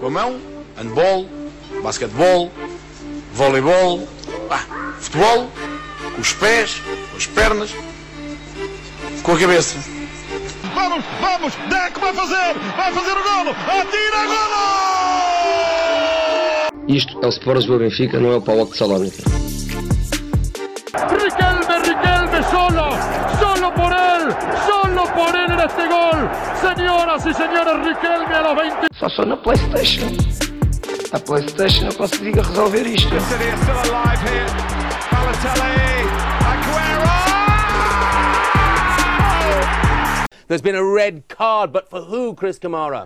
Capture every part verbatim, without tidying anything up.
Com a mão, handball, basquetebol, voleibol, ah, futebol, com os pés, com as pernas, com a cabeça. Vamos, vamos, Deco vai fazer, vai fazer o golo, atira, golo! Isto é o Sport Lisboa Benfica, não é o Paok de Salónica. Riquelme, Riquelme, solo, solo por él, solo por él en este gol. Señoras y señores, Riquelme a los veinte. Só sou na PlayStation. A PlayStation não consigo resolver isto. There's been a red card, but for who, Chris Kamara?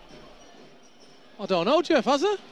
I don't know, Jeff, has it?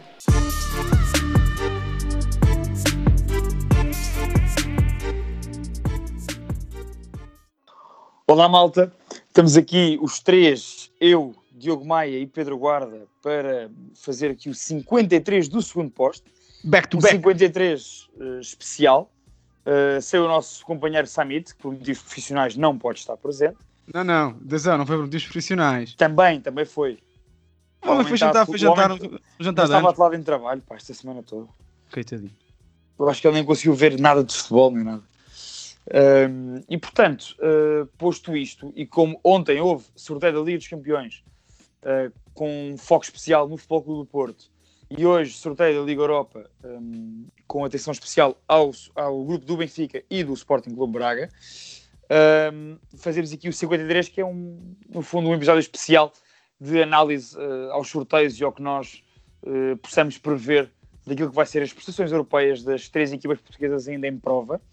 Olá malta, estamos aqui os três, eu, Diogo Maia e Pedro Guarda, para fazer aqui o cinquenta e três do segundo posto. Back to um back. cinquenta e três uh, especial, uh, sem o nosso companheiro Samit, que por motivos profissionais não pode estar presente. Não, não, atenção, não foi por motivos profissionais. Também, também foi. O homem foi jantar, foi jantar, homem, jantar de estava anos. atelado em trabalho, pá, esta semana toda. Coitadinho. Eu acho que ele nem conseguiu ver nada de futebol, nem nada. Um, e portanto, uh, posto isto, e como ontem houve sorteio da Liga dos Campeões uh, com um foco especial no Futebol Clube do Porto, e hoje sorteio da Liga Europa um, com atenção especial ao, ao grupo do Benfica e do Sporting Clube Braga, um, fazemos aqui o cinquenta e três, que é um, no fundo um episódio especial de análise uh, aos sorteios e ao que nós uh, possamos prever daquilo que vai ser as prestações europeias das três equipas portuguesas ainda em prova.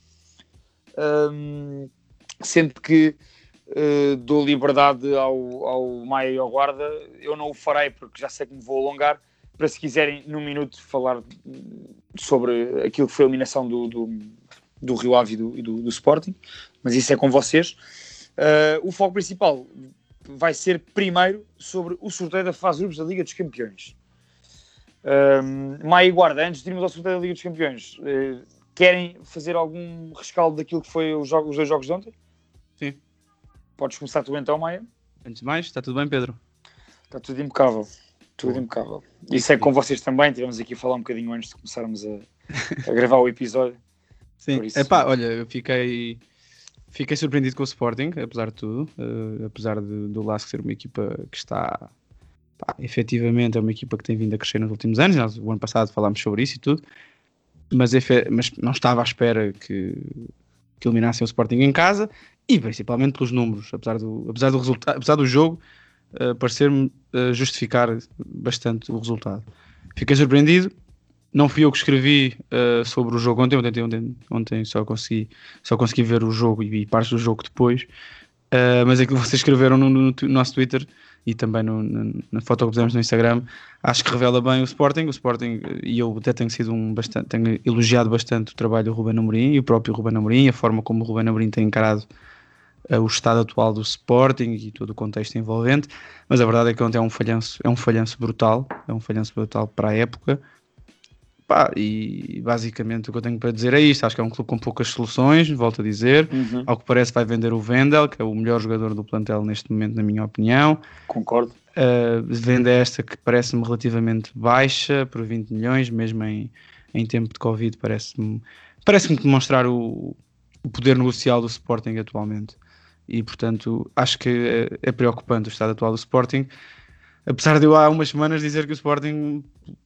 Um, sendo que uh, dou liberdade ao, ao Maia e ao Guarda. Eu não o farei porque já sei que me vou alongar, para se quiserem num minuto falar sobre aquilo que foi a eliminação do, do, do Rio Ave e do, e do, do Sporting, mas isso é com vocês. Uh, o foco principal vai ser primeiro sobre o sorteio da fase de grupos da Liga dos Campeões. um, Maia e Guarda, antes de irmos ao sorteio da Liga dos Campeões, uh, querem fazer algum rescaldo daquilo que foi os, jogos, os dois jogos de ontem? Sim. Podes começar tu então, Maia? Antes de mais, está tudo bem, Pedro? Está tudo impecável. Tudo Bom. impecável. Isso é com vocês também. Tivemos aqui a falar um bocadinho antes de começarmos a, a gravar o episódio. Sim. Isso... Epá, olha, eu fiquei, fiquei surpreendido com o Sporting, apesar de tudo. Uh, apesar de, do Lask ser uma equipa que está... Pá, efetivamente é uma equipa que tem vindo a crescer nos últimos anos. Nós, o ano passado falámos sobre isso e tudo. Mas, mas não estava à espera que, que eliminassem o Sporting em casa, e principalmente pelos números, apesar do, apesar do, resultado, apesar do jogo uh, parecer-me uh, justificar bastante o resultado. Fiquei surpreendido. Não fui eu que escrevi uh, sobre o jogo ontem, ontem, ontem, ontem só, consegui, só consegui ver o jogo e, e partes do jogo depois, uh, mas aquilo que vocês escreveram no, no, no nosso Twitter e também no, na, na foto que pusemos no Instagram, acho que revela bem o Sporting. O Sporting, e eu até tenho sido um bastante, tenho elogiado bastante o trabalho do Ruben Amorim e o próprio Ruben Amorim, a forma como o Ruben Amorim tem encarado uh, o estado atual do Sporting e todo o contexto envolvente, mas a verdade é que ontem é um falhanço, é um falhanço brutal, é um falhanço brutal para a época. Pá, e basicamente o que eu tenho para dizer é isto. Acho que é um clube com poucas soluções, volto a dizer. Uhum. Ao que parece vai vender o Wendel, que é o melhor jogador do plantel neste momento, na minha opinião. Concordo. Uh, vende esta que parece-me relativamente baixa, por vinte milhões, mesmo em, em tempo de Covid, parece-me, parece-me demonstrar o, o poder negocial do Sporting atualmente. E portanto acho que é, é preocupante o estado atual do Sporting, apesar de eu há umas semanas dizer que o Sporting...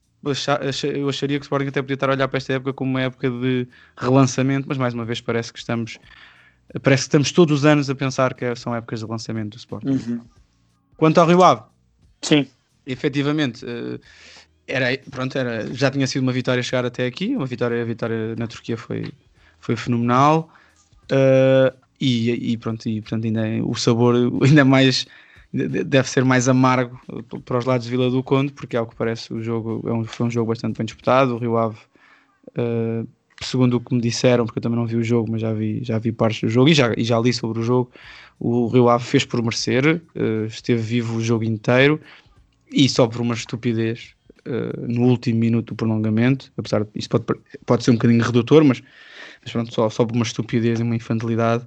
eu acharia que o Sporting até podia estar a olhar para esta época como uma época de relançamento, mas mais uma vez parece que estamos parece que estamos todos os anos a pensar que são épocas de relançamento do Sporting. Uhum. Quanto ao Rio Ave, sim, efetivamente era, pronto, era, já tinha sido uma vitória chegar até aqui, uma vitória, a vitória na Turquia foi, foi fenomenal, uh, e, e pronto, e portanto ainda o sabor ainda mais deve ser mais amargo para os lados de Vila do Conde, porque ao que parece o jogo é um, foi um jogo bastante bem disputado. O Rio Ave, uh, segundo o que me disseram, porque eu também não vi o jogo, mas já vi, já vi partes do jogo e já, e já li sobre o jogo, o Rio Ave fez por merecer, uh, esteve vivo o jogo inteiro e só por uma estupidez uh, no último minuto do prolongamento, apesar de isso pode, pode ser um bocadinho redutor, mas, mas pronto, só, só por uma estupidez e uma infantilidade,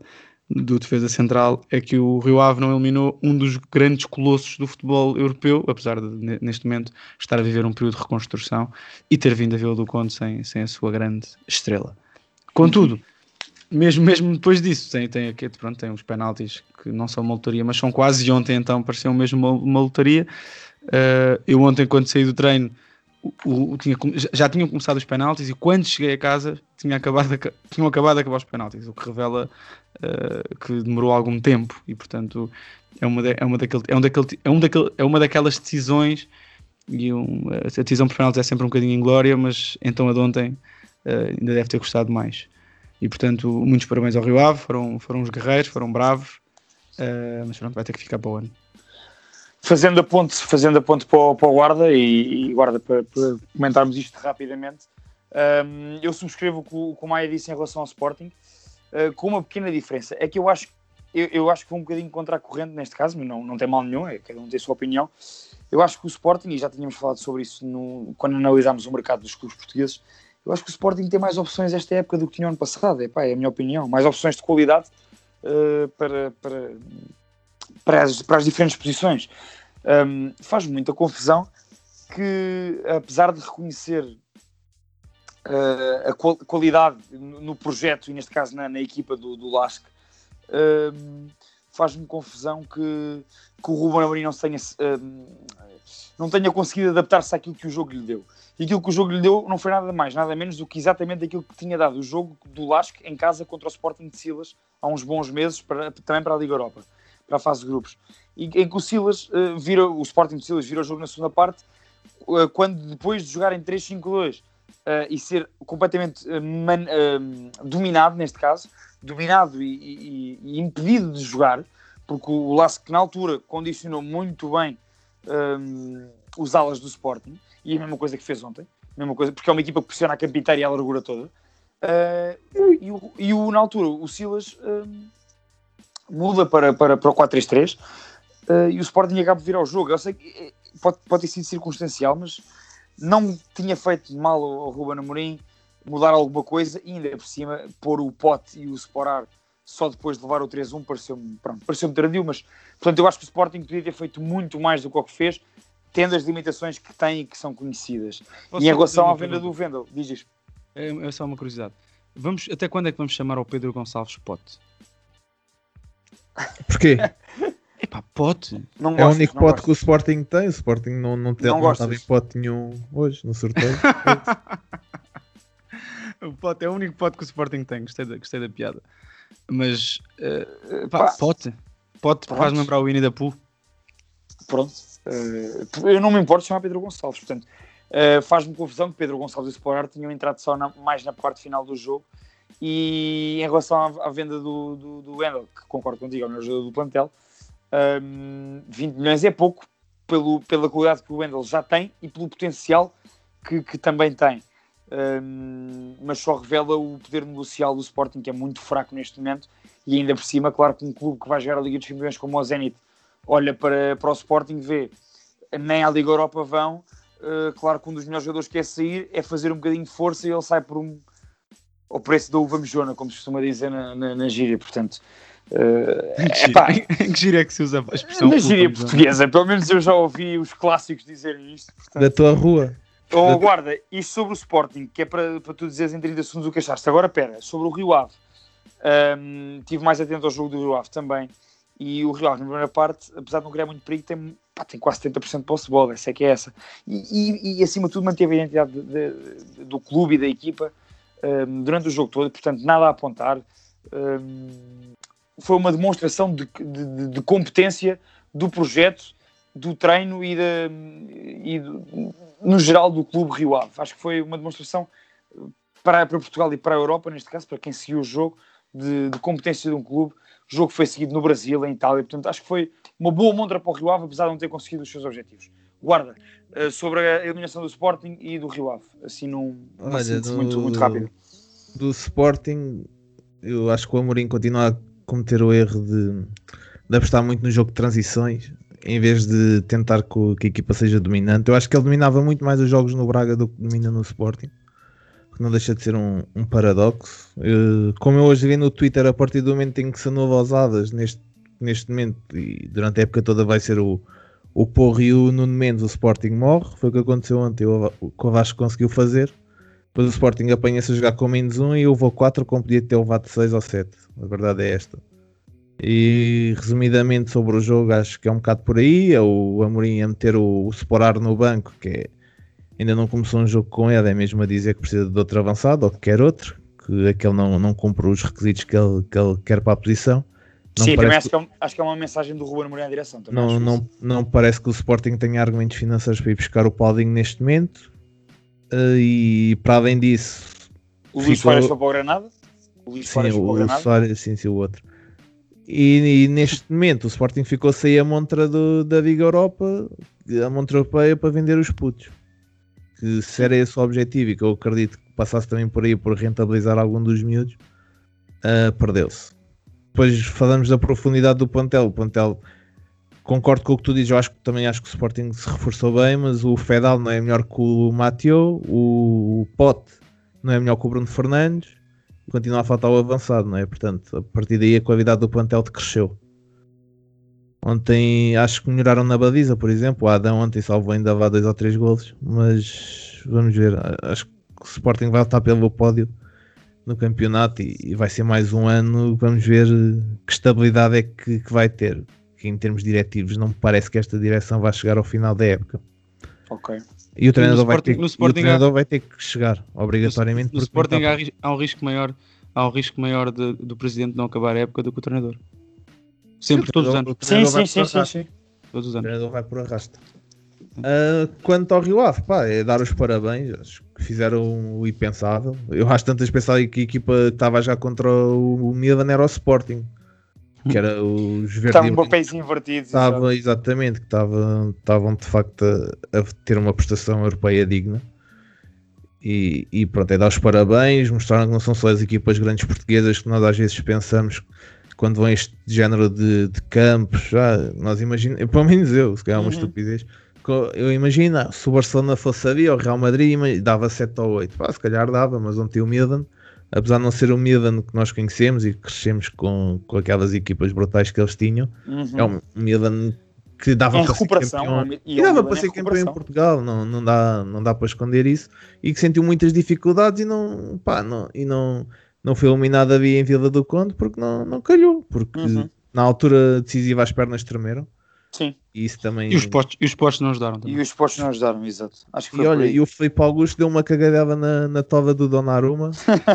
do defesa central é que o Rio Ave não eliminou um dos grandes colossos do futebol europeu, apesar de neste momento estar a viver um período de reconstrução e ter vindo a Vila do Conde sem, sem a sua grande estrela. Contudo, mesmo, mesmo depois disso, tem, tem, aqui, pronto, tem uns penaltis que não são uma lotaria, mas são quase, e ontem então pareceu mesmo uma, uma lotaria. Uh, eu ontem, quando saí do treino, o, o, tinha, já tinham começado os penaltis, e quando cheguei a casa tinha acabado de, tinham acabado de acabar os penaltis, o que revela uh, que demorou algum tempo, e portanto é uma, de, é uma, daquele, é um daquele, é um daquele, é uma daquelas decisões, e um, a decisão por penaltis é sempre um bocadinho inglória, mas então a de ontem uh, ainda deve ter gostado mais. E portanto, muitos parabéns ao Rio Ave, foram, foram os guerreiros, foram bravos, uh, mas pronto, vai ter que ficar para o ano. Fazendo a ponte, fazendo a ponte para, o, para o Guarda, e, e Guarda, para, para comentarmos isto rapidamente, um, eu subscrevo o que o, o Maia disse em relação ao Sporting, uh, com uma pequena diferença. É que eu acho, eu, eu acho que foi um bocadinho contra a corrente neste caso, mas não, não tem mal nenhum, é, cada um tem a sua opinião. Eu acho que o Sporting, e já tínhamos falado sobre isso no, quando analisámos o mercado dos clubes portugueses, eu acho que o Sporting tem mais opções esta época do que tinha ano passado, é, pá, é a minha opinião, mais opções de qualidade uh, para, para, para, as, para as diferentes posições. Um, faz muita confusão que, apesar de reconhecer uh, a qual, qualidade no, no projeto, e neste caso na, na equipa do, do Lask, um, faz-me confusão que, que o Ruben Amorim não tenha, um, não tenha conseguido adaptar-se àquilo que o jogo lhe deu. E aquilo que o jogo lhe deu não foi nada mais, nada menos do que exatamente aquilo que tinha dado o jogo do Lask em casa contra o Sporting de Silas há uns bons meses, para, também para a Liga Europa, para a fase de grupos. E em que o Silas uh, vira, o Sporting de Silas vira o jogo na segunda parte, uh, quando depois de jogar em três cinco dois uh, e ser completamente uh, man, uh, dominado, neste caso, dominado e, e, e impedido de jogar, porque o Lask na altura condicionou muito bem um, os alas do Sporting, e a mesma coisa que fez ontem, a mesma coisa, porque é uma equipa que pressiona a campo inteiro e a largura toda, uh, e, o, e o, na altura o Silas uh, muda para, para, para o quatro três três, uh, e o Sporting acaba de vir ao jogo. Eu sei que pode, pode ter sido circunstancial, mas não tinha feito mal ao, ao Ruben Amorim mudar alguma coisa, e ainda por cima pôr o Pote e o Sporar só depois de levar o três um pareceu-me, pronto, pareceu-me tardio, mas portanto eu acho que o Sporting podia ter feito muito mais do que o que fez, tendo as limitações que tem e que são conhecidas. Posso e em relação à venda do Vendel, diz isto. É, é só uma curiosidade. Vamos, até quando é que vamos chamar ao Pedro Gonçalves Pote? Porquê? Epá, Pote. Não É gostas, o único não pote gostas. que o Sporting tem. O Sporting não, não, tem, Não não estava gostas. em pote nenhum hoje, no sorteio. O Pote é o único pote que o Sporting tem. Gostei da, gostei da piada. Mas, uh, pá, Pá. Pote. Pote Pronto. faz-me lembrar o Winnie da Pooh. Pronto. Uh, eu não me importo de chamar Pedro Gonçalves, portanto, uh, faz-me confusão que Pedro Gonçalves e o Sporar tinham entrado só na, mais na parte final do jogo. E em relação à, à venda do, do, do Wendel, que concordo contigo, é o melhor jogador do plantel, um, vinte milhões é pouco pelo, pela qualidade que o Wendel já tem e pelo potencial que, que também tem. Um, mas só revela o poder negocial do Sporting, que é muito fraco neste momento, e ainda por cima, claro que um clube que vai jogar a Liga dos Campeões como o Zenit olha para, para o Sporting, vê nem à Liga Europa vão, uh, claro que um dos melhores jogadores que quer sair é fazer um bocadinho de força, e ele sai por um ao preço da uva mejona, como se costuma dizer na, na, na gíria, portanto uh, Em epá, que gíria é que se usa a expressão? na gíria Pulpa, portuguesa, pelo menos eu já ouvi os clássicos dizerem isto, portanto. Da tua rua. Oh, guarda, isto sobre o Sporting, que é para, para tu dizeres em trinta segundos o que achaste. Agora, pera, sobre o Rio Ave. Um, estive mais atento ao jogo do Rio Ave também. E o Rio Ave, na primeira parte, apesar de não criar muito perigo, tem, pá, tem quase setenta por cento de posse de bola. Essa é que é essa. E, e, e acima de tudo, manteve a identidade de, de, de, do clube e da equipa um, durante o jogo todo. Portanto, nada a apontar. Um, foi uma demonstração de, de, de competência do projeto, do treino e, de, e de, no geral do clube Rio Ave. Acho que foi uma demonstração para, para Portugal e para a Europa, neste caso, para quem seguiu o jogo, de, de competência de um clube. O jogo foi seguido no Brasil, em Itália, portanto acho que foi uma boa montra para o Rio Ave, apesar de não ter conseguido os seus objetivos. Guarda, sobre a eliminação do Sporting e do Rio Ave, assim num Olha, síntese do, muito, muito rápido. Do Sporting, eu acho que o Amorim continua a cometer o erro de, de apostar muito no jogo de transições, em vez de tentar que, que a equipa seja dominante. Eu acho que ele dominava muito mais os jogos no Braga do que domina no Sporting. que não deixa de ser um, um paradoxo. Uh, como eu hoje vi no Twitter, a partir do momento em que se anuva Osadas, neste, neste momento e durante a época toda vai ser o, o Porro e o Nuno Mendes, o Sporting morre. Foi o que aconteceu ontem, o, o Vasco conseguiu fazer. Depois o Sporting apanha-se a jogar com menos um e o levou quatro, como podia ter levado seis ou sete. A verdade é esta. E resumidamente sobre o jogo, acho que é um bocado por aí. É o Amorim a meter o, o Sporar no banco, que é, ainda não começou um jogo com ele, é mesmo a dizer que precisa de outro avançado ou que quer outro, que aquele não, não cumpre os requisitos que ele, que ele quer para a posição. Não Sim, também que... acho, que é um, acho que é uma mensagem do Ruben Amorim à direção. Não, não, não parece que o Sporting tenha argumentos financeiros para ir buscar o Paulinho neste momento. Uh, e para além disso, o Luís ficou... Soares foi para o Granada? O Luís sim, Soares foi para o o Granada? Soares, sim, sim, o outro. E, e neste momento o Sporting ficou sem a montra do, da Liga Europa, a montra europeia, para vender os putos. Que se era esse o objetivo, e que eu acredito que passasse também por aí por rentabilizar algum dos miúdos, uh, perdeu-se. Depois falamos da profundidade do plantel. O plantel, concordo com o que tu dizes, eu acho que também acho que o Sporting se reforçou bem, mas o Fedal não é melhor que o Mateo, o Pote não é melhor que o Bruno Fernandes, continua a faltar o avançado, não é? Portanto, a partir daí a qualidade do plantel decresceu. Ontem acho que melhoraram na baliza, por exemplo. O Adão ontem salvou ainda lá dois ou três golos, mas vamos ver. Acho que o Sporting vai estar pelo pódio no campeonato e, e vai ser mais um ano. Vamos ver que estabilidade é que, que vai ter. Que em termos diretivos não me parece que esta direção vai chegar ao final da época. Ok. E o treinador, no vai, Sporting, ter, no Sporting e o treinador há, vai ter que chegar, obrigatoriamente. No, no Sporting há, há um risco maior, há um risco maior de, do presidente não acabar a época do que o treinador. Sempre, todos os anos. Sim, sim, sim, sim, sim. Todos os anos. O treinador vai por arrasto. Uh, quanto ao Rio Ave, pá, é dar os parabéns. Acho que fizeram o impensável. Eu acho tantas pensava que a equipa que estava já contra o, o Milan era o Sporting. Que era os verdes. Estavam papéis invertidos. Estava, exatamente, que estavam, estavam de facto a, a ter uma prestação europeia digna. E, e pronto, é dar os parabéns. Mostraram que não são só as equipas grandes portuguesas que nós às vezes pensamos quando vão este género de, de campos. Já, nós imaginamos, pelo menos eu, se calhar é uma uhum. estupidez. Eu imagino, se o Barcelona fosse ali, ou o Real Madrid, dava sete ou oito. Pá, se calhar dava, mas ontem o Milan, apesar de não ser o Milan que nós conhecemos e que crescemos com, com aquelas equipas brutais que eles tinham, uhum. é um Milan que dava em para ser campeão, e, e dava para ser campeão em Portugal, não, não, dá, não dá para esconder isso, e que sentiu muitas dificuldades e não, pá, não, e não, não foi eliminado ali em Vila do Conde porque não, não calhou, porque uhum. na altura decisiva as pernas tremeram. Sim. E, isso também... e, os postos, e os postos não ajudaram também. E os postos não ajudaram, exato. Acho que foi e olha, e o Filipe Augusto deu uma cagadela na, na tova do Donnarumma.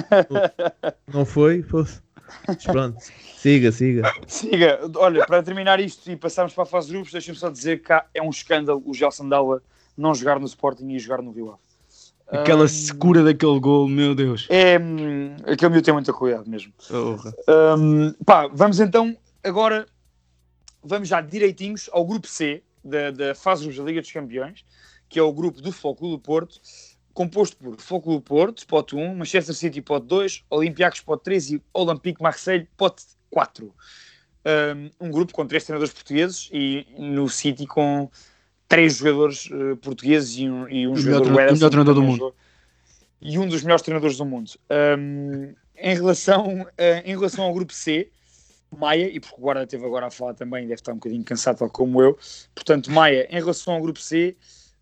Não foi? Mas pronto, siga, siga. Siga. Olha, para terminar isto e passarmos para a fase de grupos, deixa-me só dizer que é um escândalo o Gelson Dalla não jogar no Sporting e jogar no Rio Ave. Aquela um, secura daquele gol, meu Deus. É, aquele meu tem muita cuidado mesmo. Oh. Um, pá, vamos então agora... Vamos já direitinhos ao grupo C da, da fase de grupos da Liga dos Campeões, que é o grupo do Futebol Clube do Porto, composto por Futebol Clube do Porto, pote um, Manchester City, pote dois, Olympiacos, pote três e Olympique Marseille, pote quatro. Um, um grupo com três treinadores portugueses e no City com três jogadores uh, portugueses e um, e um o jogador melhor, Ederson, o melhor treinador do mundo. Jogador, e um dos melhores treinadores do mundo. Um, em, relação, uh, em relação ao grupo C, Maia, e porque o Guarda esteve agora a falar também, deve estar um bocadinho cansado, tal como eu. Portanto, Maia, em relação ao grupo C,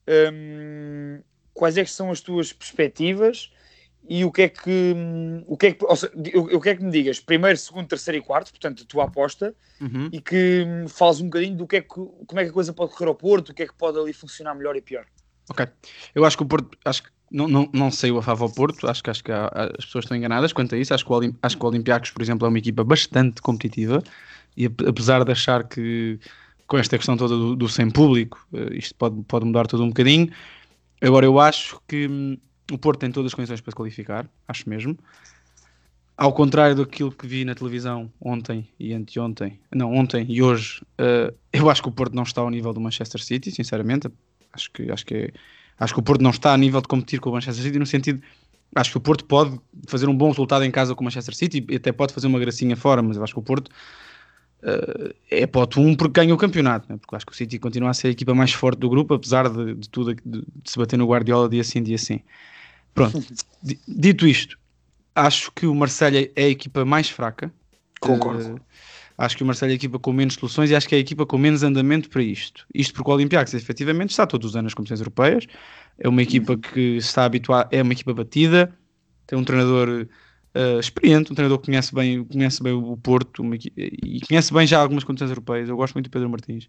hum, quais é que são as tuas perspectivas e o que é que, o que, é que, ou seja, o que é que me digas? Primeiro, segundo, terceiro e quarto, portanto, a tua aposta, uhum. e que fales um bocadinho do que é que, como é que a coisa pode correr ao Porto, o que é que pode ali funcionar melhor e pior. Ok. Eu acho que o Porto, acho que Não, não, não sei o Afava ao Porto, acho que, acho que há, as pessoas estão enganadas quanto a isso. Acho que, o, acho que o Olympiacos, por exemplo, é uma equipa bastante competitiva e apesar de achar que com esta questão toda do, do sem público, isto pode, pode mudar tudo um bocadinho. Agora eu acho que hum, o Porto tem todas as condições para se qualificar, acho mesmo. Ao contrário daquilo que vi na televisão ontem e anteontem, não, ontem e hoje, uh, eu acho que o Porto não está ao nível do Manchester City, sinceramente. Acho que, acho que é... Acho que o Porto não está a nível de competir com o Manchester City no sentido... Acho que o Porto pode fazer um bom resultado em casa com o Manchester City e até pode fazer uma gracinha fora, mas eu acho que o Porto uh, é pote um porque ganha o campeonato, né? Porque acho que o City continua a ser a equipa mais forte do grupo, apesar de, de tudo, de, de se bater no Guardiola dia sim, dia sim. Pronto, dito isto, acho que o Marselha é a equipa mais fraca. Concordo. Uh, acho que o Marselha é a equipa com menos soluções e acho que é a equipa com menos andamento para isto. Isto porque o Olympiacos, efetivamente, está todos os anos nas competições europeias. É uma equipa que está habituada, é uma equipa batida, tem um treinador uh, experiente, um treinador que conhece bem, conhece bem o Porto uma, e conhece bem já algumas competições europeias. Eu gosto muito do Pedro Martins.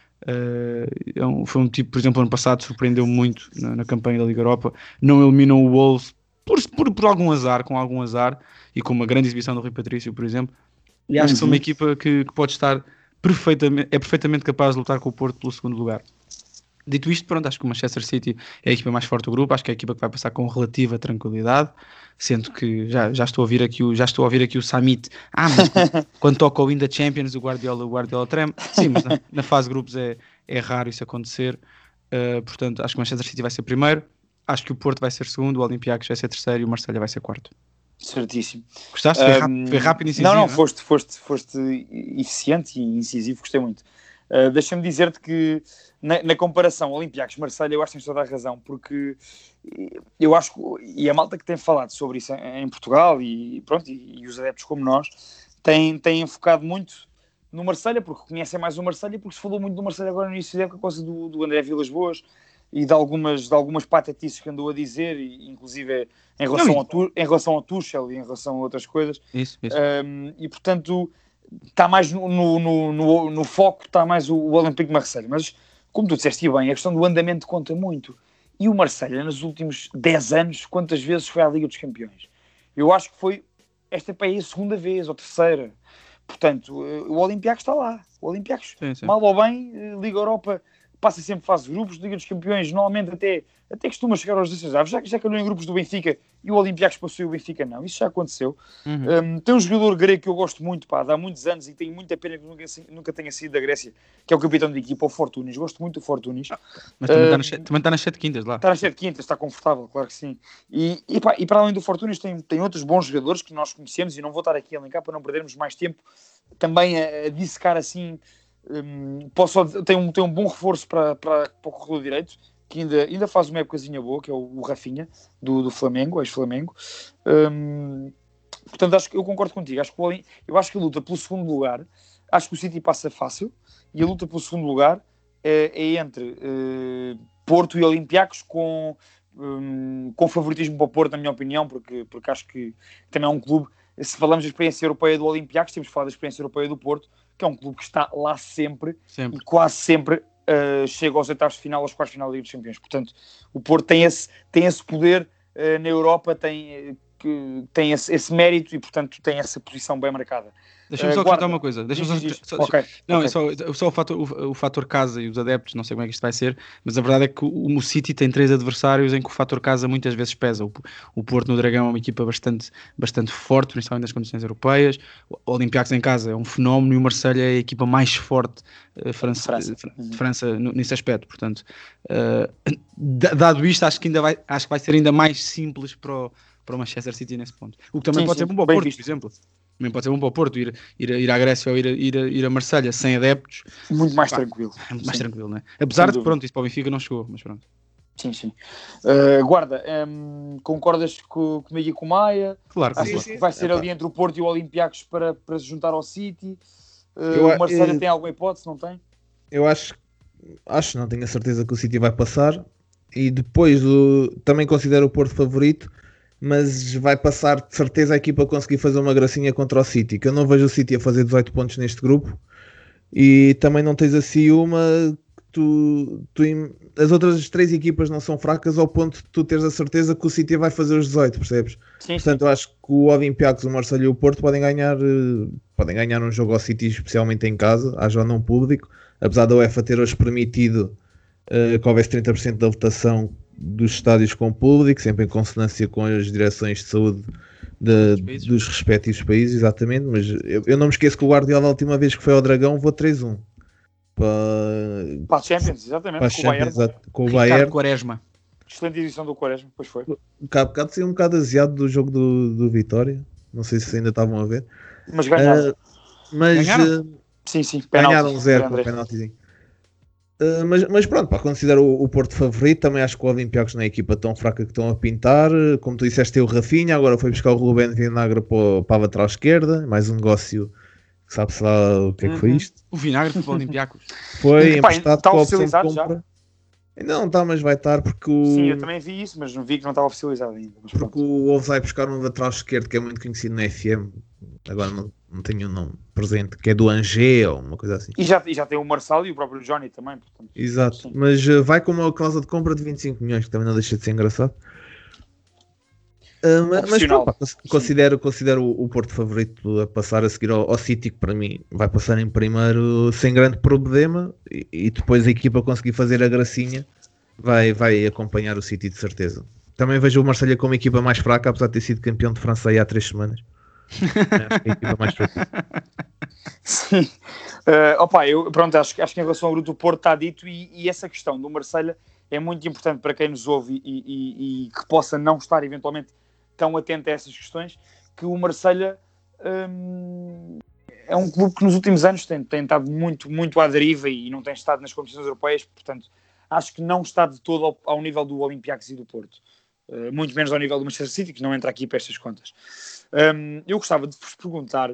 Uh, é um, foi um tipo, por exemplo, ano passado surpreendeu muito na, na campanha da Liga Europa. Não eliminou o Wolves por, por, por algum azar, com algum azar e com uma grande exibição do Rui Patrício, por exemplo. E acho uhum. que são uma equipa que, que pode estar perfeitamente, é perfeitamente capaz de lutar com o Porto pelo segundo lugar. Dito isto, pronto, acho que o Manchester City é a equipa mais forte do grupo, acho que é a equipa que vai passar com relativa tranquilidade, sendo que já, já, estou, a ouvir aqui o, já estou a ouvir aqui o Samit, ah, mas quando, quando toca o Win da Champions, o Guardiola, o Guardiola treme. Sim, mas na, na fase de grupos é, é raro isso acontecer, uh, portanto, acho que o Manchester City vai ser primeiro, acho que o Porto vai ser segundo, o Olympiacos vai ser terceiro e o Marselha vai ser quarto. Certíssimo. Gostaste? Foi, um, rápido, foi rápido e incisivo? Não, não, não? Foste, foste, foste eficiente e incisivo, gostei muito. Uh, deixa-me dizer-te que na, na comparação Olympiacos-Marselha eu acho que tens toda a razão, porque eu acho que, e a malta que tem falado sobre isso em, em Portugal e, pronto, e, e os adeptos como nós têm, têm focado muito no Marselha, porque conhecem mais o Marselha, porque se falou muito do Marselha agora no início da época, por causa do, do André Vilas Boas e de algumas, de algumas patetices que andou a dizer, e, inclusive em relação, não, ao tu, em relação ao Tuchel e em relação a outras coisas. Isso, isso. Um, e portanto está mais no, no, no, no, no foco, está mais o, o Olympique de Marselha. Mas, como tu disseste bem, a questão do andamento conta muito. E o Marselha, nos últimos dez anos, quantas vezes foi à Liga dos Campeões? Eu acho que foi, esta é a segunda vez, ou terceira. Portanto, o Olympiacos está lá. O Olympiacos, sim, sim. Mal ou bem, Liga Europa passa sempre fase de grupos, Liga dos Campeões, normalmente até, até costuma chegar aos dezesseis, já, já que não em grupos do Benfica e o Olympiacos passou e o Benfica não, isso já aconteceu. Uhum. Um, tem um jogador grego que eu gosto muito, pá, há muitos anos e tenho muita pena que nunca, nunca tenha sido da Grécia, que é o capitão de equipa, o Fortunis, gosto muito do Fortunis. Ah, mas também, um, está, nas, também está nas sete quintas lá. Está nas sete quintas, está confortável, claro que sim. E, e, pá, e para além do Fortunis tem, tem outros bons jogadores que nós conhecemos e não vou estar aqui a elencar para não perdermos mais tempo também a, a dissecar assim. Um, posso, tem, um, tem um bom reforço para, para, para o corredor direito, que ainda, ainda faz uma épocazinha boa, que é o, o Rafinha, do, do Flamengo, ex-Flamengo. Um, portanto, acho que eu concordo contigo. Acho que o, eu acho que a luta pelo segundo lugar, acho que o City passa fácil, e a luta pelo segundo lugar é, é entre uh, Porto e Olympiacos com, um, com favoritismo para o Porto, na minha opinião, porque, porque acho que também é um clube. Se falamos da experiência europeia do Olympiacos, temos de falar da experiência europeia do Porto, que é um clube que está lá sempre, sempre. e quase sempre uh, chega aos oitavos de final, aos quartos de final da Liga dos Campeões. Portanto, o Porto tem esse, tem esse poder uh, na Europa, tem, uh, que, tem esse, esse mérito e, portanto, tem essa posição bem marcada. Deixa-me só acrescentar uma coisa. Deixa-me só, só, okay. Não, okay. é só, só o, fator, o, o fator casa e os adeptos, não sei como é que isto vai ser, mas a verdade é que o, o City tem três adversários em que o fator casa muitas vezes pesa. O, o Porto no Dragão é uma equipa bastante, bastante forte, principalmente nas condições europeias. O Olympiacos em casa é um fenómeno e o Marselha é a equipa mais forte uh, França, França. de França nesse aspecto. Portanto, uh, dado isto, acho que, ainda vai, acho que vai ser ainda mais simples para o, para o Manchester City nesse ponto. O que também sim, pode sim. ser bom para o Porto, visto. Por exemplo. Também pode ser bom para o Porto ir, ir, ir à Grécia ou ir, ir, ir a Marselha sem adeptos. Muito mais pá, tranquilo. É muito mais sim. tranquilo, não é? Apesar de, pronto, isso para o Benfica não chegou, mas pronto. Sim, sim. Uh, guarda, um, concordas com, comigo e com o Maia? Claro. Achas claro. que vai ser é, ali entre o Porto e o Olympiacos para, para se juntar ao City? Uh, eu, o Marselha eu, tem alguma hipótese, não tem? Eu acho, acho, não tenho a certeza que o City vai passar. E depois o, também considero o Porto favorito, mas vai passar de certeza a equipa a conseguir fazer uma gracinha contra o City, que eu não vejo o City a fazer dezoito pontos neste grupo, e também não tens assim uma tu, tu, as outras três equipas não são fracas ao ponto de tu teres a certeza que o City vai fazer os dezoito, percebes? Sim, Portanto, sim. eu acho que o Olympiacos, o Marselha e o Porto podem ganhar, podem ganhar um jogo ao City, especialmente em casa, haja ou não público, apesar da UEFA ter hoje permitido uh, que houvesse trinta por cento da votação dos estádios com público, sempre em consonância com as direções de saúde de, dos respectivos países, exatamente, mas eu, eu não me esqueço que o Guardiola, a última vez que foi ao Dragão, vou três um para, para a Champions, exatamente, para com, Champions, o Bayern, com o Bayern. Quaresma. Excelente edição do Quaresma, pois foi. Cá bocado saiu um bocado asiado do jogo do, do Vitória, não sei se ainda estavam a ver, mas ganharam. Uh, mas ganharam? Uh, sim, sim, ganharam um zero com o penaltizinho. Uh, mas, mas pronto, pá, considero o, o Porto favorito. Também acho que o Olympiacos não é a equipa tão fraca que estão a pintar. Como tu disseste, tem o Rafinha, agora foi buscar o Rubén Vinagre para, o- para a lateral esquerda. Mais um negócio que sabe-se lá o que é que foi isto. O Vinagre foi para o Olympiacos. Foi Pá, emprestado está com a opção de oficializado já? compra. Ainda não está, mas vai estar porque o, Sim, eu também vi isso, mas não vi que não estava oficializado ainda. Mas porque pronto. o Wolves vai buscar um lateral esquerdo que é muito conhecido no F M. Agora não, não tenho o nome presente, que é do Angers ou uma coisa assim. E já, e já tem o Marçal e o próprio Johnny também, portanto. Exato, Sim. mas uh, vai com uma cláusula de compra de vinte e cinco milhões, que também não deixa de ser engraçado. Uh, ma- mas Opcional. pronto, pá, cons- considero, considero o, o Porto favorito a passar a seguir ao, ao City, que para mim vai passar em primeiro sem grande problema, e, e depois a equipa conseguir fazer a gracinha vai, vai acompanhar o City de certeza. Também vejo o Marselha como a equipa mais fraca, apesar de ter sido campeão de França aí há três semanas. Acho que é a equipa mais fraca. Sim. Uh, opa, eu, pronto, acho, que- acho que em relação ao grupo do Porto está dito e, e essa questão do Marselha é muito importante para quem nos ouve e, e- e que possa não estar eventualmente tão atento a essas questões, que o Marselha hum, é um clube que nos últimos anos tem, tem estado muito, muito à deriva e não tem estado nas competições europeias, portanto acho que não está de todo ao, ao nível do Olympiacos e do Porto. Uh, muito menos ao nível do Manchester City, que não entra aqui para estas contas. Um, eu gostava de vos perguntar,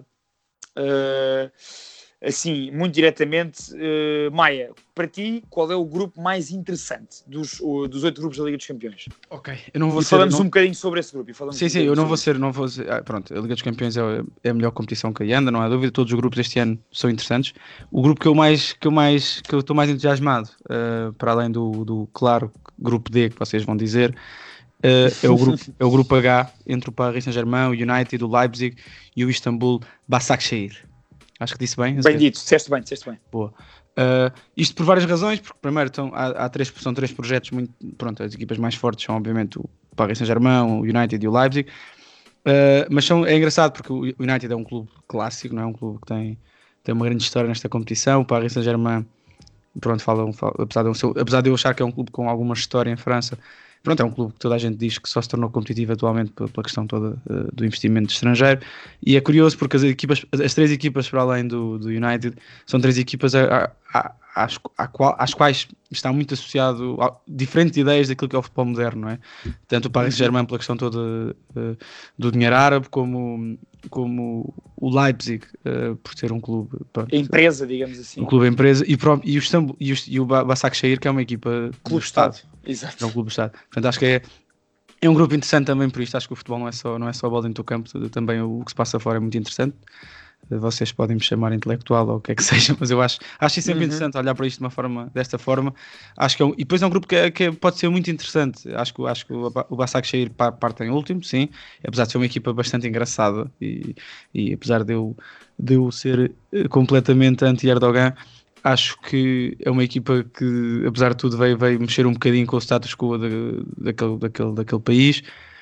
uh, assim, muito diretamente, uh, Maia, para ti, qual é o grupo mais interessante dos, o- dos oito grupos da Liga dos Campeões? Ok, eu não vou E ser... falamos não- um bocadinho sobre esse grupo. E falamos Sim, um sim, eu bocadinho não vou sobre ser, não vou ser, ah, pronto, a Liga dos Campeões é, é a melhor competição que aí anda, não há dúvida, todos os grupos este ano são interessantes. O grupo que eu mais, que eu mais, que eu estou mais entusiasmado, ah, para além do, do, claro, grupo D, que vocês vão dizer, ah, é, o grupo, é o grupo H, entre o Paris Saint-Germain, o United, o Leipzig e o Istanbul Başakşehir. Acho que disse bem. isso. Bem dito, disseste bem, disseste bem. Boa. Uh, isto por várias razões, porque primeiro estão, há, há três, são três projetos muito, pronto, as equipas mais fortes são obviamente o Paris Saint-Germain, o United e o Leipzig, uh, mas são, é engraçado porque o United é um clube clássico, não é um clube que tem, tem uma grande história nesta competição. O Paris Saint-Germain, pronto, falam, falam, apesar, de, eu- apesar de eu achar que é um clube com alguma história em França, pronto, é um clube que toda a gente diz que só se tornou competitivo atualmente pela, pela questão toda uh, do investimento estrangeiro, e é curioso porque as equipas, as três equipas para além do, do United são três equipas a, a, a, às, a qual, às quais está muito associado a diferentes ideias daquilo que é o futebol moderno, não é? Tanto o Paris Saint-Germain pela questão toda uh, do dinheiro árabe, como, como o Leipzig uh, por ser um clube, pronto, Empresa, digamos assim. um clube empresa, e, pró- e o Istambul, e o, e o Ba- Başakşehir, que é uma equipa do Clube-Estado. Exato. é um clube Estado. Portanto, acho que é, é um grupo interessante também por isto. Acho que o futebol não é só, não é só a bola dentro do campo, tudo- também o que se passa fora é muito interessante. Vocês podem me chamar intelectual ou o que é que seja, mas eu acho, acho isso sempre Uhum. interessante olhar para isto de uma forma, desta forma. Acho que é um, e depois é um grupo que, é- que é- pode ser muito interessante. Acho que, acho que o, Ba- o Başakşehir pa- parte em último, sim, apesar de ser uma equipa bastante engraçada e, e apesar de eu, de eu ser eh, completamente anti-Erdogan, acho que é uma equipa que, apesar de tudo, veio, veio mexer um bocadinho com o status quo de- daquele, daquele, daquele país.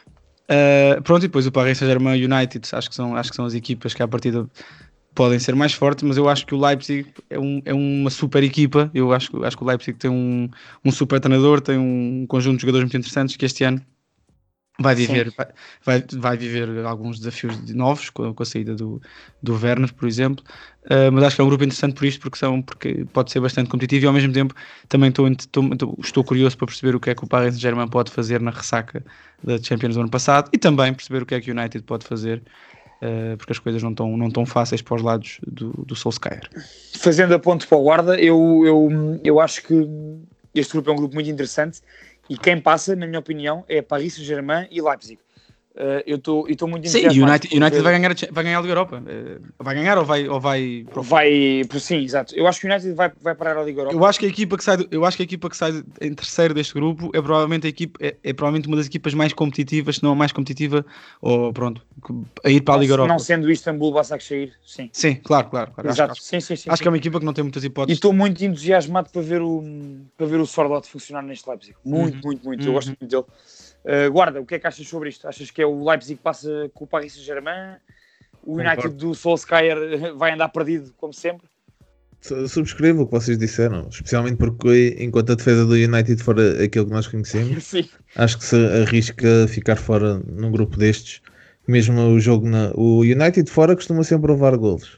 Uh, pronto, e depois o Paris Saint-Germain e o United, acho que, são, acho que são as equipas que à partida podem ser mais fortes, mas eu acho que o Leipzig é, um, é uma super equipa. Eu acho, que- acho que o Leipzig tem um, um super treinador, tem um conjunto de jogadores muito interessantes que este ano vai viver, vai, vai, vai viver alguns desafios de- novos com, com a saída do, do Werner, por exemplo. Uh, mas acho que é um grupo interessante por isto, porque, são, porque pode ser bastante competitivo e ao mesmo tempo também estou, estou, estou- estou curioso para perceber o que é que o Paris Saint-Germain pode fazer na ressaca da Champions do ano passado e também perceber o que é que o United pode fazer, uh, porque as coisas não estão não tão fáceis para os lados do, do Solskjaer. Fazendo a ponte para o guarda, eu, eu, eu acho que este grupo é um grupo muito interessante e quem passa, na minha opinião, é Paris Saint-Germain e Leipzig. Uh, eu estou muito Sim, entusiasmado e o United, por United ver- vai, ganhar, a Cha- vai ganhar a Liga Europa. Uh, vai ganhar ou vai, ou vai para o vai, sim, exato. Eu acho que o United vai, vai parar a Liga Europa. Eu acho que a equipa que sai, do- eu acho que a equipa que sai em terceiro deste grupo é provavelmente a equipa é, é provavelmente uma das equipas mais competitivas, se não a mais competitiva, ou pronto, a ir para a Liga não, Europa. não sendo o Istambul Başakşehir, sim. Sim, claro, claro. claro. Acho, Exato. acho, sim, sim, sim, acho sim. que é uma equipa que não tem muitas E hipóteses. estou muito entusiasmado para ver o, para ver o Sordot funcionar neste Leipzig. Muito, Uhum. muito, muito. Uhum. Eu gosto muito dele. Uh, guarda, o que é que achas sobre isto? Achas que é o Leipzig que passa com o Paris Saint-Germain? O United Concordo. do Solskjaer vai andar perdido, como sempre? Su- Subscrevo o que vocês disseram, especialmente porque enquanto a defesa do United for aquilo que nós conhecemos, Sim. acho que se arrisca ficar fora num grupo destes. Mesmo o jogo na... o United fora costuma sempre levar golos.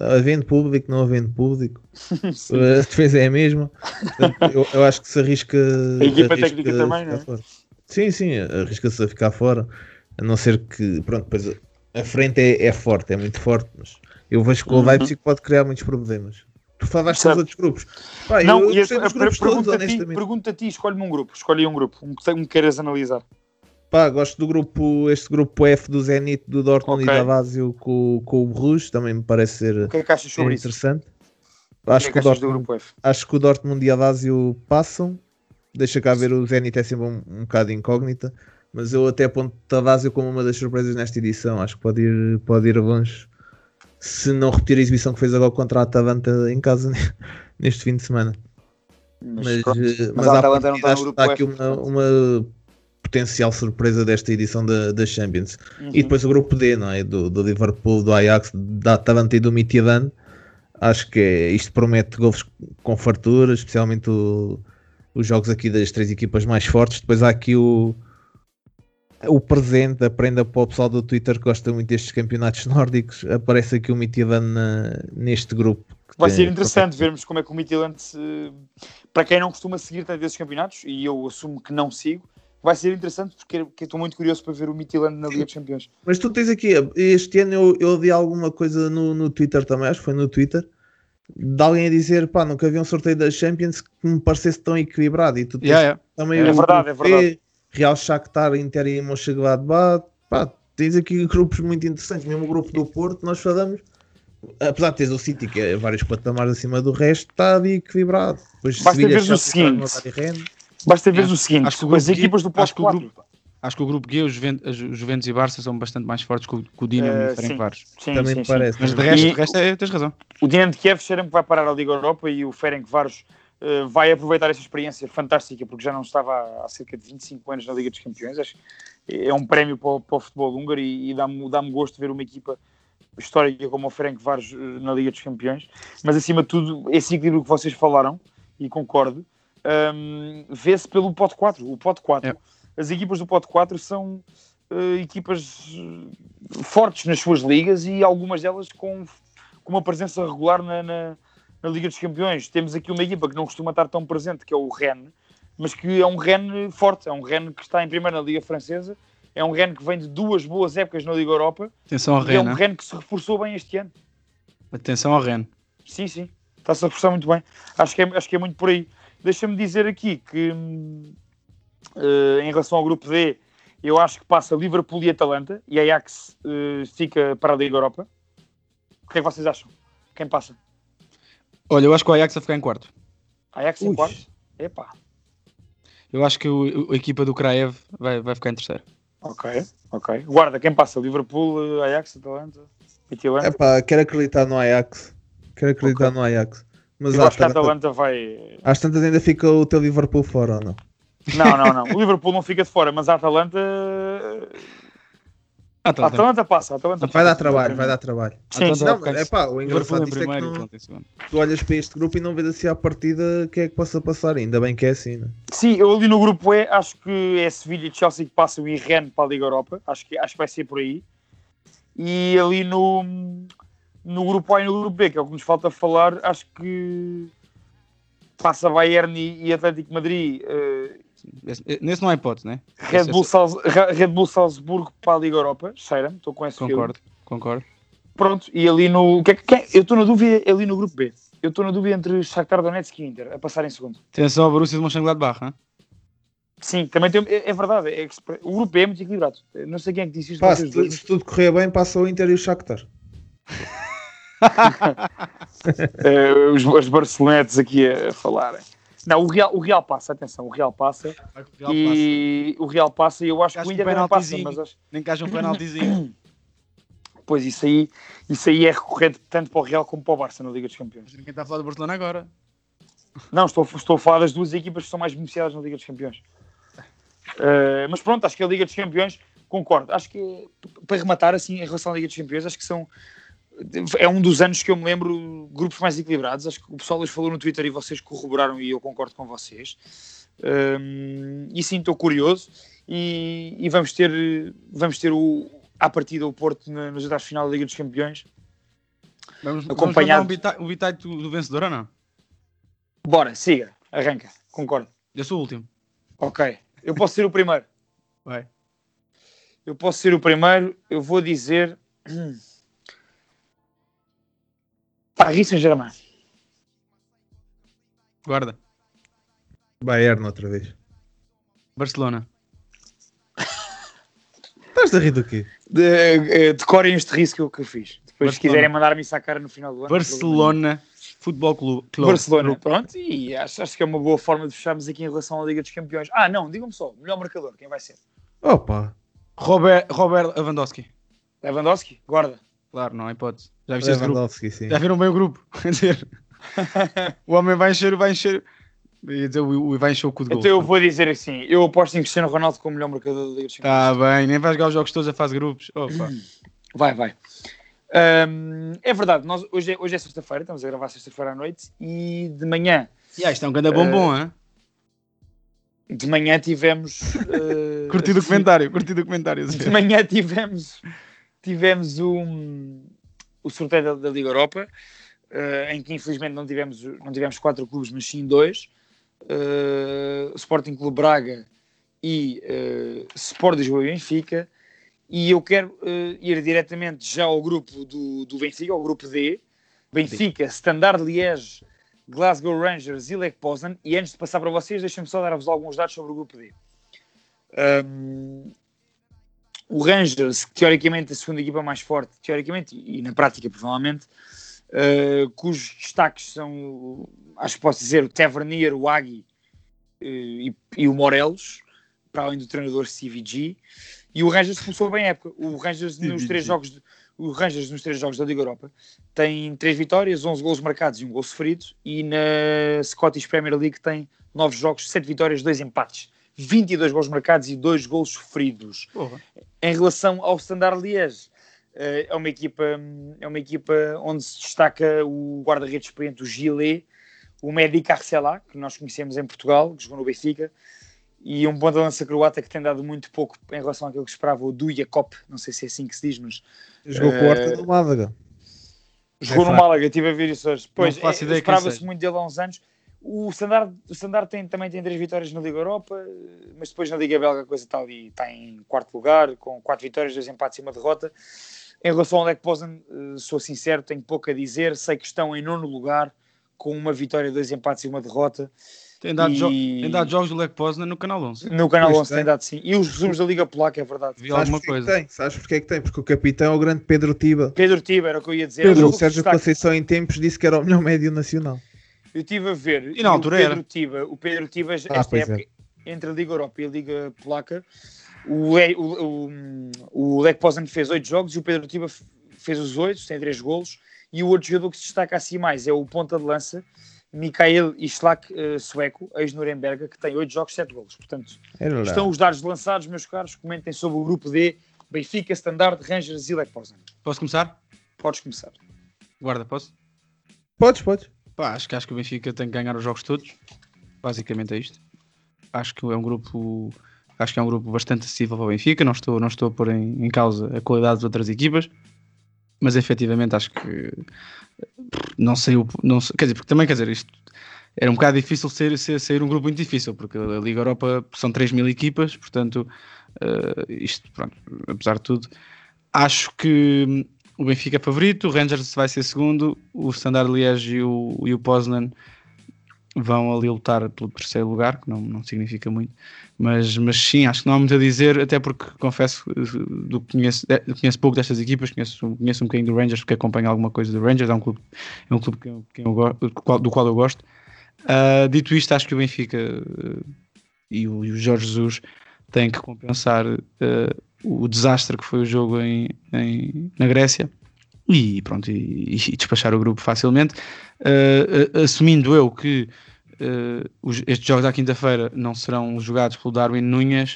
havendo público, não havendo público, a defesa é a mesma. Portanto, eu, eu acho que se arrisca. A equipa arrisca técnica também, não é? fora. Sim, sim, arrisca-se a ficar fora. A não ser que, pronto, depois a frente é, é forte, é muito forte, mas eu vejo que o Leipzig uhum. pode criar muitos problemas. Tu falaste dos outros grupos. Pá, não, eu, eu, eu, eu pergunto, a ti, pergunto a ti, escolhe-me um grupo, escolhe um grupo, um que me queiras analisar. Pá, gosto do grupo, este grupo F do Zenit, do Dortmund okay. e da Lazio com, com o Bruges, também me parece ser, o que é que achas sobre interessante. Isso? Acho, que que é o que Dortmund, acho que o Dortmund e a Lazio passam. Deixa cá ver, o Zenit é sempre um, um bocado incógnita, mas eu até aponto a Lazio como uma das surpresas nesta edição. Acho que pode ir, pode ir longe, se não repetir a exibição que fez agora contra a Atalanta em casa neste fim de semana. Mas, mas, mas, mas a Atalanta não está no grupo F. Há aqui uma, uma potencial surpresa desta edição da, da Champions. Uhum. E depois o grupo D, não é? Do, do Liverpool, do Ajax, da Atalanta e do Midtjylland. Acho que é, isto promete golos com fartura, especialmente o, os jogos aqui das três equipas mais fortes. Depois há aqui o, o presente, a prenda para o pessoal do Twitter que gosta muito destes campeonatos nórdicos. Aparece aqui o Midtjylland na, neste grupo. Vai ser interessante vermos como é que o Midtjylland, para quem não costuma seguir tanto esses campeonatos, e eu assumo que não sigo, vai ser interessante porque estou muito curioso para ver o Midtjylland na Liga dos Campeões. Mas tu tens aqui, este ano eu, eu vi alguma coisa no, no Twitter também, acho que foi no Twitter, de alguém a dizer, pá, nunca havia um sorteio da Champions que me parecesse tão equilibrado. E tu tens yeah, yeah. também é o verdade, é verdade. Real Shakhtar, Inter e Mönchengladbach, pá, tens aqui grupos muito interessantes, mesmo o grupo do Porto, nós falamos, apesar de teres o City, que é vários patamares acima do resto, está ali equilibrado. Depois, basta ver o seguinte, basta ver o seguinte, acho que as equipas do posto quatro. Acho que o grupo G, os Juventus, os Juventus e Barça são bastante mais fortes que o, que o Dinamo uh, e o Ferencváros. Também sim, me parece. Mas de resto, de resto é, tens razão. O Dinamo de Kiev cheira-me que vai parar a Liga Europa e o Ferencváros uh, vai aproveitar esta experiência fantástica, porque já não estava há, há cerca de vinte e cinco anos na Liga dos Campeões. Acho que é um prémio para o, para o futebol húngaro e, e dá-me, dá-me gosto de ver uma equipa histórica como o Ferencváros na Liga dos Campeões. Mas acima de tudo, esse equilíbrio que vocês falaram, e concordo, um, vê-se pelo pote quatro. O pote quatro. É. As equipas do pote quatro são uh, equipas fortes nas suas ligas e algumas delas com, com uma presença regular na, na, na Liga dos Campeões. Temos aqui uma equipa que não costuma estar tão presente, que é o Rennes, mas que é um Rennes forte, é um Rennes que está em primeiro na Liga Francesa, é um Rennes que vem de duas boas épocas na Liga Europa. Atenção ao e Rennes, é um Rennes que se reforçou bem este ano. Atenção ao Rennes. Sim, sim, está-se a reforçar muito bem. Acho que é, acho que é muito por aí. Deixa-me dizer aqui que... Uh, em relação ao grupo D, eu acho que passa Liverpool e Atalanta e a Ajax uh, fica para a Liga Europa. O que é que vocês acham? Quem passa? Olha, eu acho que o Ajax vai ficar em quarto. Ajax em Ui. quarto? Epá. Eu acho que o, a equipa do Kraev vai, vai ficar em terceiro. Ok, ok. Guarda, quem passa? Liverpool, Ajax, Atalanta? Midtjylland? Epá, quero acreditar no Ajax. Quero acreditar okay. no Ajax. Mas eu acho que a Atalanta vai... Às tantas ainda fica o teu Liverpool fora, ou não? Não, não, não. O Liverpool não fica de fora, mas a Atalanta... A Atalanta, Atalanta passa. A Atalanta vai passa. dar trabalho, vai dar trabalho. Sim, sim. Não, é pá, o engraçado disto é que não... tu olhas para este grupo e não vês assim à partida quem é que possa passar. Ainda bem que é assim, não é? Sim, eu ali no grupo E, acho que é Sevilha e Chelsea que passam e Rennes para a Liga Europa. Acho que, acho que vai ser por aí. E ali no, no grupo A e no grupo B, que é o que nos falta falar, acho que passa Bayern e, e Atlético Madrid... Uh, Nesse não há hipótese, não é? Red Bull, Salz... Red Bull Salzburgo para a Liga Europa, cheira-me, estou com esse Concordo, filme. concordo. Pronto, e ali no... Que, que, eu estou na dúvida ali no grupo B. Eu estou na dúvida entre Shakhtar Donetsk e Inter, a passar em segundo. Atenção ao Borussia de Mönchengladbach, hein? Sim, também tem... É, é verdade, é, o grupo B é muito equilibrado. Não sei quem é que disse isto. Pá, se, tu, se tudo correr bem, passa o Inter e o Shakhtar. é, os, os barcelonetes aqui a falarem. Não, o Real, o Real passa, atenção, o Real passa o Real e passa. o Real passa e eu acho que o Inter um não passa, mas acho... nem que haja um penaltizinho. Pois, isso aí, isso aí é recorrente tanto para o Real como para o Barça na Liga dos Campeões. Mas ninguém está a falar do Barcelona agora. Não, estou, estou a falar das duas equipas que são mais beneficiadas na Liga dos Campeões. Uh, mas pronto, acho que a Liga dos Campeões, concordo, acho que para rematar assim em relação à Liga dos Campeões, acho que são... É um dos anos que eu me lembro grupos mais equilibrados. Acho que o pessoal lhes falou no Twitter e vocês corroboraram e eu concordo com vocês. Um, e sim, estou curioso. E, e vamos ter, vamos ter o, à partida o Porto na, nas oitavas de final da Liga dos Campeões. Vamos, acompanhado... vamos mandar um bitite do, do vencedor ou não? Bora, siga, arranca, concordo. Eu sou o último. Ok, eu posso ser o primeiro. Vai. Eu posso ser o primeiro, eu vou dizer... Paris Saint-Germain. Guarda. Bayern outra vez. Barcelona. Estás a rir do quê? De, decorem este risco que eu fiz. Depois, Barcelona. se quiserem mandar-me isso à cara no final do ano. Barcelona Futebol Clube. Barcelona, pronto. E acho, acho que é uma boa forma de fecharmos aqui em relação à Liga dos Campeões. Ah, não, digam-me só. Melhor marcador, quem vai ser? Opa! Robert, Robert Lewandowski. Lewandowski? Guarda. Claro, não há hipótese. Já viste esse grupo? Lewandowski, sim. Já viram bem o grupo? Quer dizer, o homem vai encher, vai encher. Ia dizer, o- o- vai encher o cu de gol. Então eu vou dizer assim. Eu aposto em Cristiano Ronaldo como melhor marcador da Liga dos Campeões. Tá bem, nem vai jogar os jogos todos a fase grupos. Opa. Vai, vai. Hum, é verdade, nós, hoje é, hoje é sexta-feira, estamos a gravar sexta-feira à noite e de manhã, E ah, isto é um grande bombom, hein? de manhã tivemos... uh, Curti o comentário, curti o comentário. De manhã tivemos, tivemos um, o sorteio da, da Liga Europa, uh, em que infelizmente não tivemos, não tivemos quatro clubes, mas sim dois. Uh, Sporting Clube Braga e uh, Sport Lisboa e Benfica. E eu quero uh, ir diretamente já ao grupo do, do Benfica, ao grupo D. Benfica, Standard Liège, Glasgow Rangers e Lech Poznan. E antes de passar para vocês, deixem-me só dar-vos alguns dados sobre o grupo D. Um, o Rangers, que teoricamente é a segunda equipa mais forte, teoricamente e, e na prática provavelmente, uh, cujos destaques são, acho que posso dizer, o Tavernier, o Agui uh, e, e o Morelos, para além do treinador C V G. E o Rangers começou bem a época. O Rangers nos três jogos, de, o Rangers nos três jogos da Liga Europa tem três vitórias, onze golos marcados e um gol sofrido. E na Scottish Premier League tem nove jogos, sete vitórias, dois empates, vinte e dois golos marcados e dois golos sofridos. Porra. Em relação ao Standard Liège, é uma equipa, é uma equipa onde se destaca o guarda-redes experiente, o Gillet, o Mehdi Carcela, que nós conhecemos em Portugal, que jogou no Benfica, e um ponta-lança croata que tem dado muito pouco em relação àquilo que se esperava, o Duja Kop, não sei se é assim que se diz, mas... Jogou com o Horta do Málaga. Jogou no Málaga, estive a ver isso hoje. Pois, Não faço é, ideia quem esperava-se seja. muito dele há uns anos. O Standard, o Standard tem, também tem três vitórias na Liga Europa, mas depois na Liga Belga a coisa está ali, está em quarto lugar, com quatro vitórias, dois empates e uma derrota. Em relação ao Lech Poznan, eh, sou sincero, tenho pouco a dizer. Sei que estão em nono lugar, com uma vitória, dois empates e uma derrota. Tem dado, E- jo- tem dado jogos do Lech Poznan no canal onze. No canal Pois onze tem. tem dado sim. E os resumos da Liga Polaca, é verdade. Vi Sabes alguma porque é que coisa. tem? Sabes porque é que tem? Porque o capitão é o grande Pedro Tiba. Pedro Tiba, era o que eu ia dizer. Pedro, Ele o Sérgio destaque. Conceição em tempos disse que era o melhor médio nacional. Eu estive a ver. E na altura o Pedro era. Tiba, o Pedro Tiba, esta Ah, pois época, entre a Liga Europa e a Liga Polaca, o, Le- o, o, o Lech Poznan fez oito jogos e o Pedro Tiba f- fez os oito, tem três golos. E o outro jogador que se destaca assim mais é o ponta de lança, Mikael Islak, uh, sueco, ex-Nuremberg, que tem oito jogos, sete golos. Portanto, Era lá. estão os dados lançados, meus caros. Comentem sobre o grupo D, Benfica, Standard, Rangers e Lech Poznan. Posso começar? Podes começar. Guarda, posso? Podes, podes. Pá, acho que acho que o Benfica tem que ganhar os jogos todos. Basicamente é isto. Acho que é um grupo, acho que é um grupo bastante acessível para o Benfica. Não estou, não estou a pôr em, em causa a qualidade das outras equipas, mas efetivamente acho que não sei o, não sei, quer dizer, porque também quer dizer isto era um bocado difícil ser, ser, sair um grupo muito difícil, porque a Liga Europa são três mil equipas, portanto uh, isto, pronto, apesar de tudo, acho que o Benfica é favorito, o Rangers vai ser segundo, o Standard Liège e o, e o Poznan vão ali lutar pelo terceiro lugar, que não, não significa muito, mas, mas sim, acho que não há muito a dizer, até porque confesso do que conheço, conheço pouco destas equipas, conheço, conheço um bocadinho do Rangers, porque acompanho alguma coisa do Rangers, é um clube, é um clube que eu, que eu, go- do qual- do qual eu gosto. Uh, dito isto, acho que o Benfica uh, e, o, e o Jorge Jesus têm que compensar uh, o desastre que foi o jogo em, em, na Grécia e pronto, e, e despachar o grupo facilmente, uh, uh, assumindo eu que uh, os, estes jogos à quinta-feira não serão jogados pelo Darwin Núñez.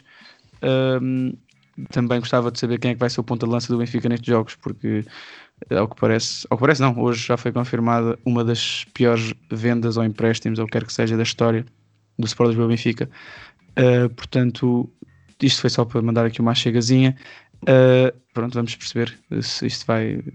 um, também gostava de saber quem é que vai ser o ponta de lança do Benfica nestes jogos, porque ao que parece, ao que parece não, hoje já foi confirmada uma das piores vendas ou empréstimos ou quer que seja da história do Sport Lisboa Benfica. Uh, portanto, isto foi só para mandar aqui uma chegazinha. Uh, pronto, vamos perceber se isto vai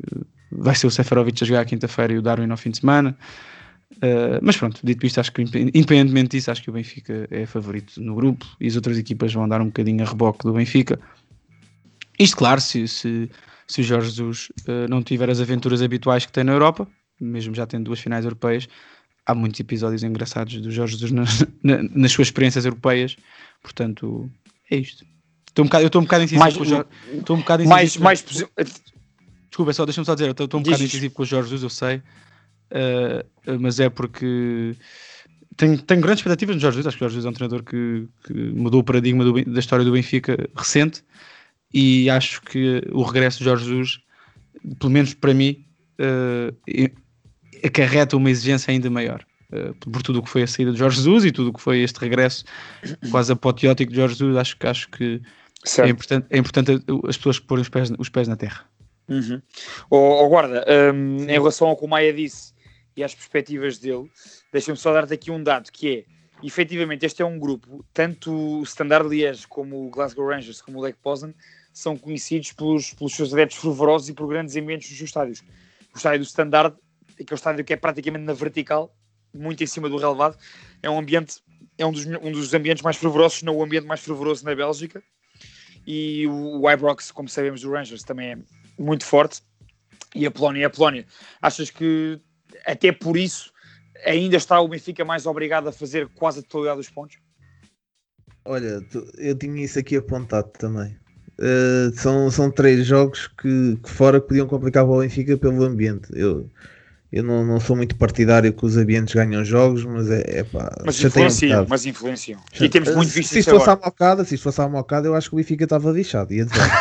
vai ser o Seferovic a jogar à quinta-feira e o Darwin ao fim de semana. Uh, mas pronto, dito isto, acho que independentemente disso, acho que o Benfica é favorito no grupo e as outras equipas vão dar um bocadinho a reboque do Benfica. Isto, claro, se, se, se o Jorge Jesus uh, não tiver as aventuras habituais que tem na Europa, mesmo já tendo duas finais europeias, há muitos episódios engraçados do Jorge Jesus na, na, nas suas experiências europeias, portanto, é isto. Estou um bocado, eu estou um bocado incisivo mais, com o Jorge. Estou um bocado incisivo. Mais, mais Desculpa, só, deixa-me só dizer, eu estou um bocado incisivo com o Jorge Jesus, eu sei. Uh, mas é porque tenho, tenho grandes expectativas no Jorge Jesus. Acho que o Jorge Jesus é um treinador que, que mudou o paradigma do, da história do Benfica recente, e acho que o regresso de Jorge Jesus, pelo menos para mim, uh, acarreta uma exigência ainda maior, uh, por tudo o que foi a saída de Jorge Jesus e tudo o que foi este regresso quase apoteótico de Jorge Jesus. Acho, acho que é importante, é importante as pessoas porem os pés, os pés na terra. Uhum. Oh, oh, guarda, um, em relação ao que o Maia disse e às perspectivas dele, deixa-me só dar-te aqui um dado, que é, efetivamente, este é um grupo, tanto o Standard Liège como o Glasgow Rangers, como o Lech Poznan, são conhecidos pelos, pelos seus adeptos fervorosos e por grandes ambientes nos seus estádios. O estádio do Standard, aquele estádio que é praticamente na vertical, muito em cima do relevado, é um ambiente, é um dos, um dos ambientes mais fervorosos, se não o ambiente mais fervoroso na Bélgica, e o, o Ibrox, como sabemos, do Rangers também é muito forte, e a Polónia é a Polónia. Achas que até por isso ainda está o Benfica mais obrigado a fazer quase a totalidade dos pontos? Olha, eu tinha isso aqui apontado também. Uh, são, são três jogos que, que fora que podiam complicar para o Benfica pelo ambiente. Eu, eu não, não sou muito partidário que os ambientes ganham jogos, mas é, é pá, mas influenciam, um mas influenciam. E temos muito visto se isto fosse à mocada, se isto fosse à mocada, eu acho que o Benfica estava lixado, ia dizer.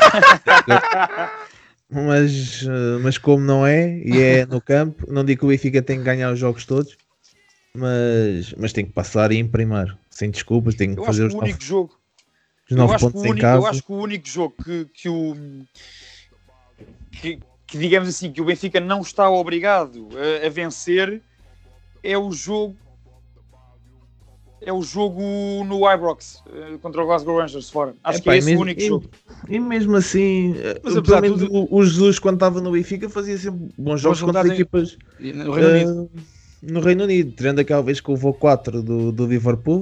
mas, mas como não é, e é no campo, não digo que o Benfica tem que ganhar os jogos todos, mas, mas tem que passar e imprimir, sem desculpas, tem que eu fazer acho os que o único nove, jogo os nove pontos em único, casa. Eu acho que o único jogo que, que o que, que digamos assim, que o Benfica não está obrigado a, a vencer é o jogo é o jogo no Ibrox contra o Glasgow Rangers fora. Acho é, que pá, é esse mesmo, o único e, jogo. E mesmo assim, mas, apesar menos, tudo... o, o Jesus, quando estava no Benfica, fazia sempre bons jogos contra em... equipas no Reino Unido. Uh, no Reino Unido, tirando aquela vez que levou quatro do, do Liverpool.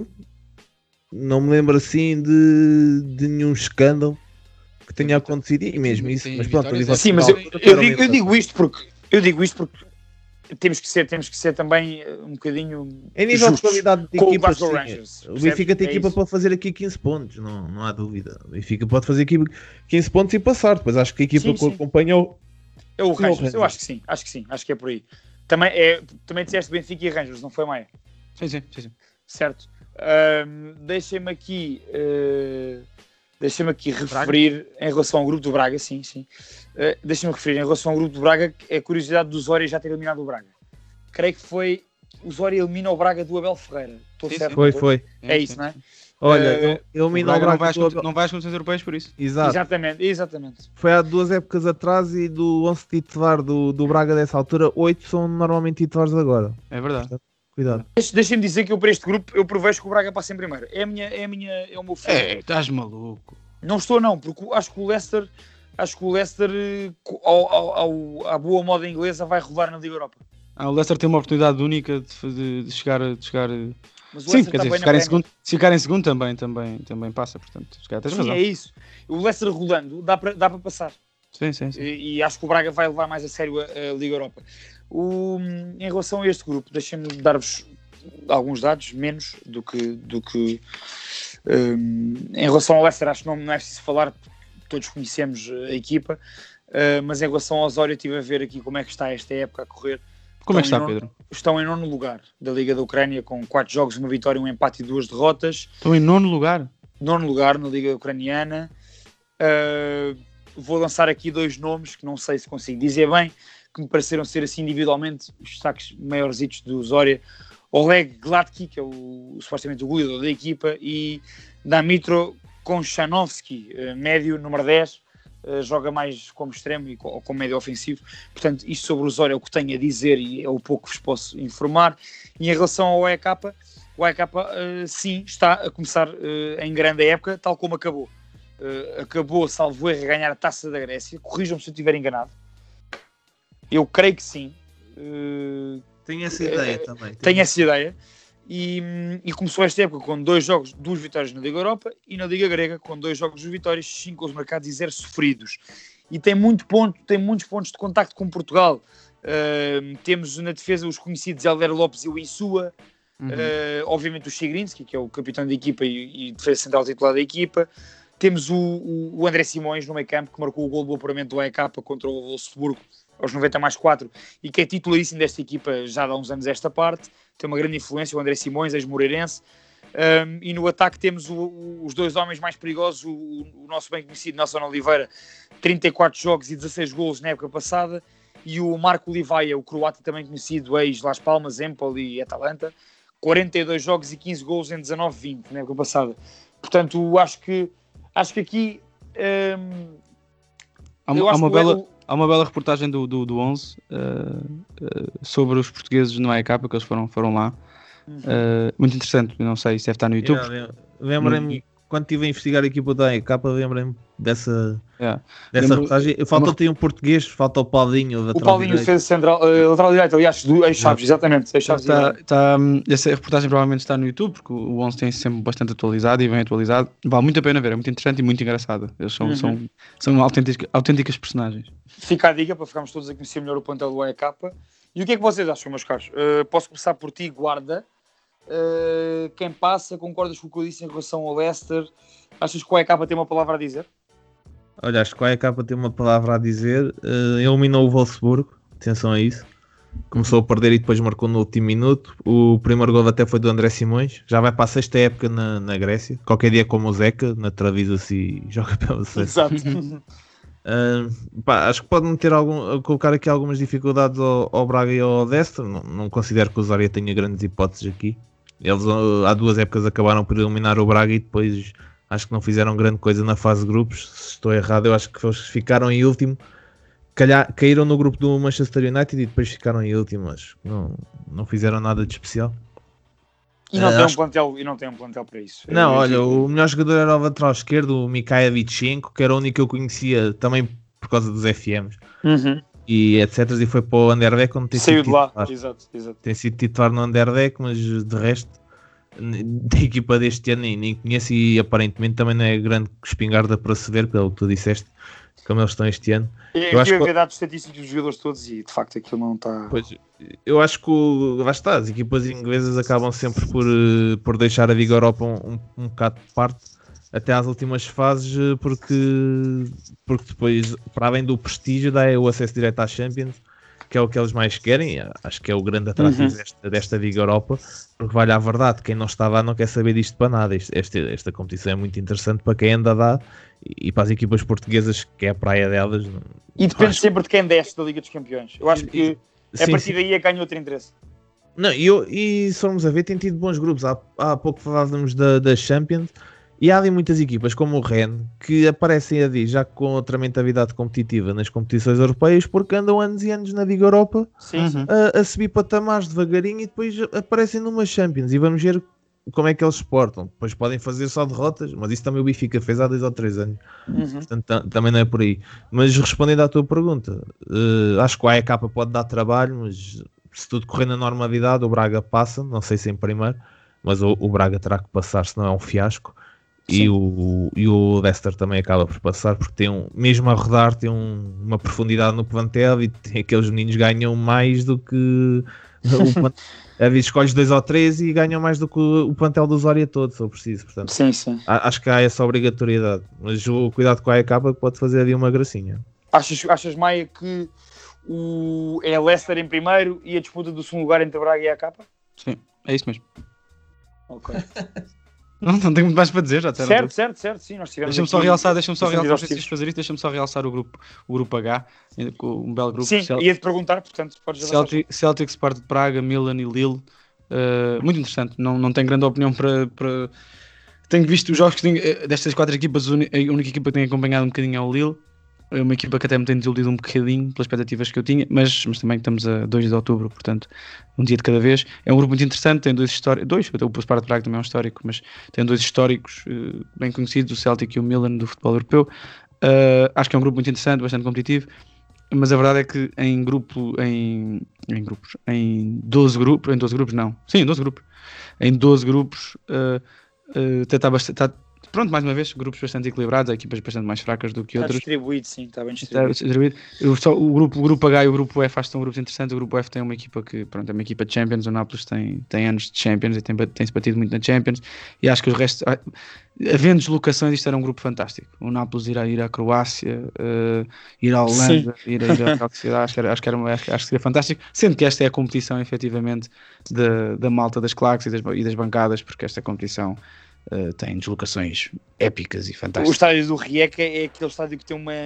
Não me lembro assim de, de nenhum escândalo que tenha acontecido, e mesmo isso, mas pronto, sim, mas eu, eu, digo, eu digo isto porque eu digo isto porque temos que ser, temos que ser também um bocadinho em nível justos, de qualidade de equipa, sim, Rangers, o Benfica tem é equipa isso. para fazer aqui quinze pontos, não, não há dúvida. O Benfica pode fazer aqui quinze pontos e passar, depois acho que a equipa sim, que sim. acompanhou é o Rangers, eu acho que sim, acho que sim, acho que é por aí. Também, é, também disseste Benfica e Rangers, não foi, Maia? Sim, sim, sim, sim. Certo. Um, deixem-me aqui uh, deixem-me aqui referir Braga? Em relação ao grupo do Braga, sim, sim. Uh, deixem-me referir em relação ao grupo do Braga, é a curiosidade do Zória já ter eliminado o Braga. Creio que foi o Zória elimina o Braga do Abel Ferreira. Estou certo? Foi, foi. É sim, isso, sim, não é? Sim. Olha, uh, elimina o Braga, o Braga não, vai, não vai às competições europeias por isso. Exato. Exatamente, exatamente. Foi há duas épocas atrás e do onze titular do, do Braga dessa altura, oito são normalmente titulares agora. É verdade. Portanto, cuidado. Deixem-me dizer que eu para este grupo eu prevejo que o Braga passa em primeiro. É a minha, é a minha, é o meu foco. É, estás maluco. Não estou não, porque acho que o Leicester, acho que o Leicester ao, ao, ao, à boa moda inglesa vai rodar na Liga Europa. Ah, o Leicester tem uma oportunidade única de, de, de chegar, de chegar. Mas o sim, Leicester quer dizer, se ficar, em segundo, se ficar em segundo também, também, também passa, portanto, se calhar tens sim, razão. é isso. O Leicester rodando dá para dá para passar. Sim, sim, sim. E, e acho que o Braga vai levar mais a sério a, a Liga Europa. O, em relação a este grupo, deixem-me dar-vos alguns dados, menos do que... Do que um, em relação ao Leicester, acho que não, não é preciso falar, todos conhecemos a equipa, uh, mas em relação ao Osório, estive a ver aqui como é que está esta época a correr. Como é que está, nono, Pedro? Estão em nono lugar da Liga da Ucrânia, com quatro jogos, uma vitória, um empate e duas derrotas. Estão em nono lugar? Nono lugar na Liga Ucraniana. Uh, vou lançar aqui dois nomes que não sei se consigo dizer bem, que me pareceram ser assim individualmente os destaques maiorzitos do Zória. Oleg Gladky, que é o, supostamente o goleador da equipa, e Damitro Konchanovski, médio, número dez, joga mais como extremo e como médio ofensivo. Portanto, isto sobre o Zória é o que tenho a dizer e é o pouco que vos posso informar. E em relação ao O E K, o O E K uh, sim, está a começar uh, em grande época, tal como acabou. Uh, acabou, salvo erro, a ganhar a Taça da Grécia. Corrijam-me se eu estiver enganado. Eu creio que sim. Uh, Tenho essa ideia uh, também. Tenho essa ideia. E, e começou esta época com dois jogos, duas vitórias na Liga Europa e na Liga Grega com dois jogos, duas vitórias, cinco gols marcados e zero sofridos. E tem, muito ponto, tem muitos pontos de contacto com Portugal. Uh, temos na defesa os conhecidos Helder Lopes e o Insua. Uhum. Uh, obviamente o Chigrinsky, que é o capitão da equipa e, e defesa central titular da equipa. Temos o, o, o André Simões no meio campo, que marcou o gol do apuramento do A E K contra o Wolfsburgo aos noventa mais quatro e que é titularíssimo desta equipa já há uns anos esta parte. Tem uma grande influência, o André Simões, ex-moreirense. Um, e no ataque temos o, o, os dois homens mais perigosos, o, o nosso bem conhecido Nelson Oliveira, trinta e quatro jogos e dezasseis golos na época passada, e o Marco Livaia, o croata também conhecido, ex-Las Palmas, Empoli e Atalanta, quarenta e dois jogos e quinze golos em dezanove vinte na época passada. Portanto, acho que, acho que aqui... Um, há, há, uma bela, o... há uma bela reportagem do, do, do onze uh, uh, sobre os portugueses no A E K, que eles foram, foram lá. Uhum. Uh, muito interessante, não sei se deve estar no YouTube. Yeah, lembrem-me, no... quando estive a investigar a equipa da A E K, lembrem-me dessa, yeah. dessa Lembro... reportagem. Falta-te um português, falta o Paulinho. O Paulinho fez central, uh, lateral direito, aliás, do ex-Chaves, exatamente. Ex-Chaves está, está, essa reportagem provavelmente está no YouTube, porque o onze tem sempre bastante atualizado e bem atualizado. Vale muito a pena ver, é muito interessante e muito engraçado. Eles são, uhum. são, são autênticas, autênticas personagens. Fica a dica para ficarmos todos a conhecer melhor o plantel do A E K. E o que é que vocês acham, meus caros? Uh, posso começar por ti, Guarda. Uh, quem passa, concordas com o que eu disse em relação ao Leicester? Achas que o A E K tem uma palavra a dizer? Olha, acho que o A E K tem uma palavra a dizer. Uh, eliminou o Wolfsburgo, atenção a isso. Começou a perder e depois marcou no último minuto. O primeiro gol até foi do André Simões. Já vai para a sexta época na, na Grécia. Qualquer dia como o Zeca, naturaliza-se e joga pela sexta. Exato. Uh, pá, acho que pode meter algum, colocar aqui algumas dificuldades ao, ao Braga e ao Leicester. Não, não considero que o Zaria tenha grandes hipóteses aqui. Eles há duas épocas acabaram por eliminar o Braga e depois acho que não fizeram grande coisa na fase de grupos. Se estou errado, eu acho que eles ficaram em último. Calhar, caíram no grupo do Manchester United e depois ficaram em último, mas não, não fizeram nada de especial. E não, uh, tem um plantel, e não tem um plantel para isso. Não, eu, olha, eu... o melhor jogador era o lateral esquerdo, o Mikhail Vichenko, que era o único que eu conhecia também por causa dos F Ms. Uhum. E etcétera. E foi para o Anderlecht, onde tem Saiu sido de lá, titular. exato, exato. Tem sido titular no Anderlecht, mas de resto da equipa deste ano nem, nem conheço e aparentemente também não é grande espingarda para se ver, pelo que tu disseste, como eles estão este ano. Eu, eu acho que ver dados estatísticos dos jogadores todos e de facto aquilo não está... Pois, eu acho que o, lá está, as equipas inglesas acabam sempre por, por deixar a Liga Europa um, um, um bocado de parte até às últimas fases, porque, porque depois, para além do prestígio, dá o acesso direto à Champions, que é o que eles mais querem. Acho que é o grande atrativo uhum. desta, desta Liga Europa, porque vale a verdade, quem não está lá não quer saber disto para nada. Esta, esta competição é muito interessante para quem anda lá e para as equipas portuguesas, que é a praia delas. E depende acho... sempre de quem desce da Liga dos Campeões. Eu acho que sim, a partir daí é que ganha outro interesse. Não, e, eu, e se formos a ver, tem tido bons grupos. Há, há pouco falávamos da, da Champions. E há ali muitas equipas como o Rennes que aparecem ali já com outra mentalidade competitiva nas competições europeias porque andam anos e anos na Liga Europa sim, sim. A, a subir patamares devagarinho e depois aparecem numa Champions e vamos ver como é que eles se portam. Depois podem fazer só derrotas, mas isso também o Benfica fez há dois ou três anos. Uhum. Portanto t- também não é por aí. Mas respondendo à tua pergunta, uh, acho que o A E K pode dar trabalho, mas se tudo correr na normalidade o Braga passa, não sei se em primeiro, mas o, o Braga terá que passar, senão é um fiasco. E o, e o Leicester também acaba por passar porque tem um, mesmo a rodar tem um, uma profundidade no plantel e tem, aqueles meninos ganham mais do que o, às vezes escolhes dois ou três e ganham mais do que o, o plantel do Osória todo, se eu preciso. Portanto, sim, sim. a, acho que há essa obrigatoriedade, mas o cuidado com a A E K pode fazer ali uma gracinha. Achas, achas Maia, que o, é Leicester em primeiro e a disputa do segundo lugar entre Braga e a A E K? Sim, é isso mesmo. Ok. Não, não tenho muito mais para dizer, já está. Certo, certo, certo, sim, nós tivemos. Deixa-me só realçar, deixa-me só realçar, fazer isso, deixa-me só realçar o grupo, o grupo H, um belo grupo. Sim, Celt... ia-te perguntar, portanto, podes Celtic, Celtic, Sport de Praga, Milan e Lille, uh, muito interessante, não, não tenho grande opinião para, para... Tenho visto os jogos que tenho, destas quatro equipas, a única equipa que tenho acompanhado um bocadinho é o Lille, é uma equipa que até me tem desiludido um bocadinho pelas expectativas que eu tinha, mas, mas também estamos a dois de outubro, portanto, um dia de cada vez. É um grupo muito interessante, tem dois históricos, dois, o Sparta de Praga também é um histórico, mas tem dois históricos uh, bem conhecidos, o Celtic e o Milan do futebol europeu. Uh, acho que é um grupo muito interessante, bastante competitivo. mas a verdade é que em grupo, em, em grupos, em doze grupos, em doze grupos não, sim, em doze grupos, em doze grupos, uh, uh, está bastante, tá, pronto, mais uma vez, grupos bastante equilibrados, há equipas bastante mais fracas do que Está outros. distribuído, sim, está bem distribuído. Está distribuído. Eu, só, o, grupo, o grupo H e o grupo F acho que são grupos interessantes. O grupo F tem uma equipa que, pronto, é uma equipa de Champions. O Nápoles tem, tem anos de Champions e tem, tem-se batido muito na Champions. E acho que os restos, havendo deslocações, isto era um grupo fantástico. O Nápoles ir, a, ir à Croácia, uh, ir à Holanda, sim. ir a ir à Real Sociedade, acho que, era, acho, que era, acho, acho que seria fantástico. Sendo que esta é a competição, efetivamente, da, da malta das claques e das, e das bancadas, porque esta competição Uh, tem deslocações épicas e fantásticas. O estádio do Rijeka é aquele estádio que tem uma,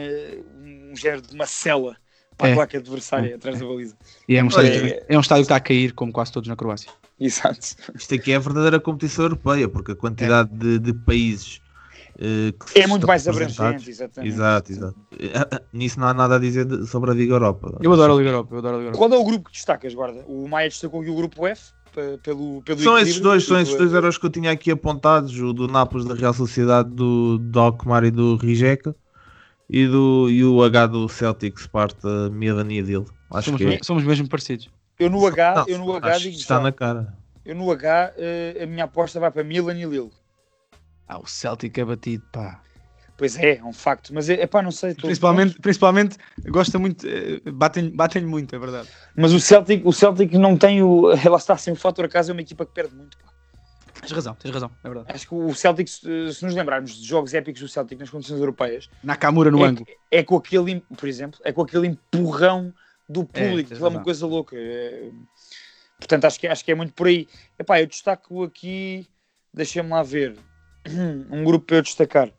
um género de uma cela para é. a placa adversária é. atrás da baliza. E é um, estádio, é, é um estádio que está a cair, como quase todos na Croácia. Exato. Isto aqui é a verdadeira competição europeia, porque a quantidade é. de, de países uh, que é muito mais abrangente, exatamente. Exato, exato. Nisso não há nada a dizer de, sobre a Liga Europa. Eu adoro a Liga Europa. Eu adoro a Liga Europa. Qual é o grupo que destacas, guarda? O Maia destacou aqui o grupo F. Pelo, pelo são esses dois, são esses dois heróis que eu tinha aqui apontados, o do Nápoles, da Real Sociedade, do, do Alkmaar e do Rijeka, e, do, e o H do Celtic, Sparta, Milan e Adil. Acho somos, que me, somos mesmo parecidos. Eu no H, não, eu no H digo está já, na cara. Eu no H, a minha aposta vai para Milan e Lille. Ah, o Celtic é batido, pá. Pois é, é um facto, mas é pá, não sei. Principalmente, principalmente gosta muito, batem-lhe batem muito, é verdade. Mas o Celtic, o Celtic não tem o. Ela está sem o fator acaso, é uma equipa que perde muito. Pá. Tens razão, tens razão, é verdade. Acho que o Celtic, se nos lembrarmos de jogos épicos do Celtic nas competições europeias, Nakamura no é, ângulo, é com aquele, por exemplo, é com aquele empurrão do público, é, que é uma coisa louca. É... Portanto, acho que, acho que é muito por aí. Epá, eu destaco aqui, deixem-me lá ver, um grupo para eu destacar.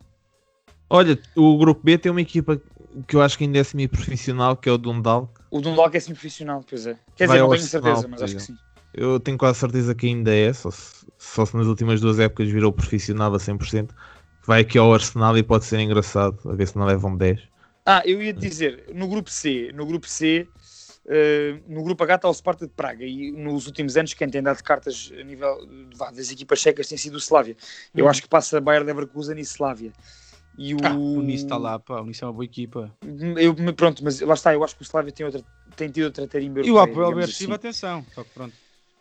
Olha, o grupo B tem uma equipa que eu acho que ainda é semi-profissional, que é o Dundalk. O Dundalk é semi-profissional, pois é. Quer dizer, não tenho certeza, mas acho que sim. Eu tenho quase certeza que ainda é, só se, só se nas últimas duas épocas virou profissional a cem por cento. Vai aqui ao Arsenal e pode ser engraçado, a ver se não levam dez. Ah, eu ia dizer, no grupo C, no grupo C, uh, no grupo H está o Sparta de Praga, e nos últimos anos quem tem dado cartas a nível vá, das equipas checas tem sido o Slavia. Eu hum. acho que passa Bayer Leverkusen e Slavia. E o... Ah, o Nice está lá, pá, o Nice é uma boa equipa. Eu, pronto, mas lá está, eu acho que o Slavia tem, outra, tem tido outra tarimba europeia. E o Apoel Beersheba, assim. Atenção, só que pronto.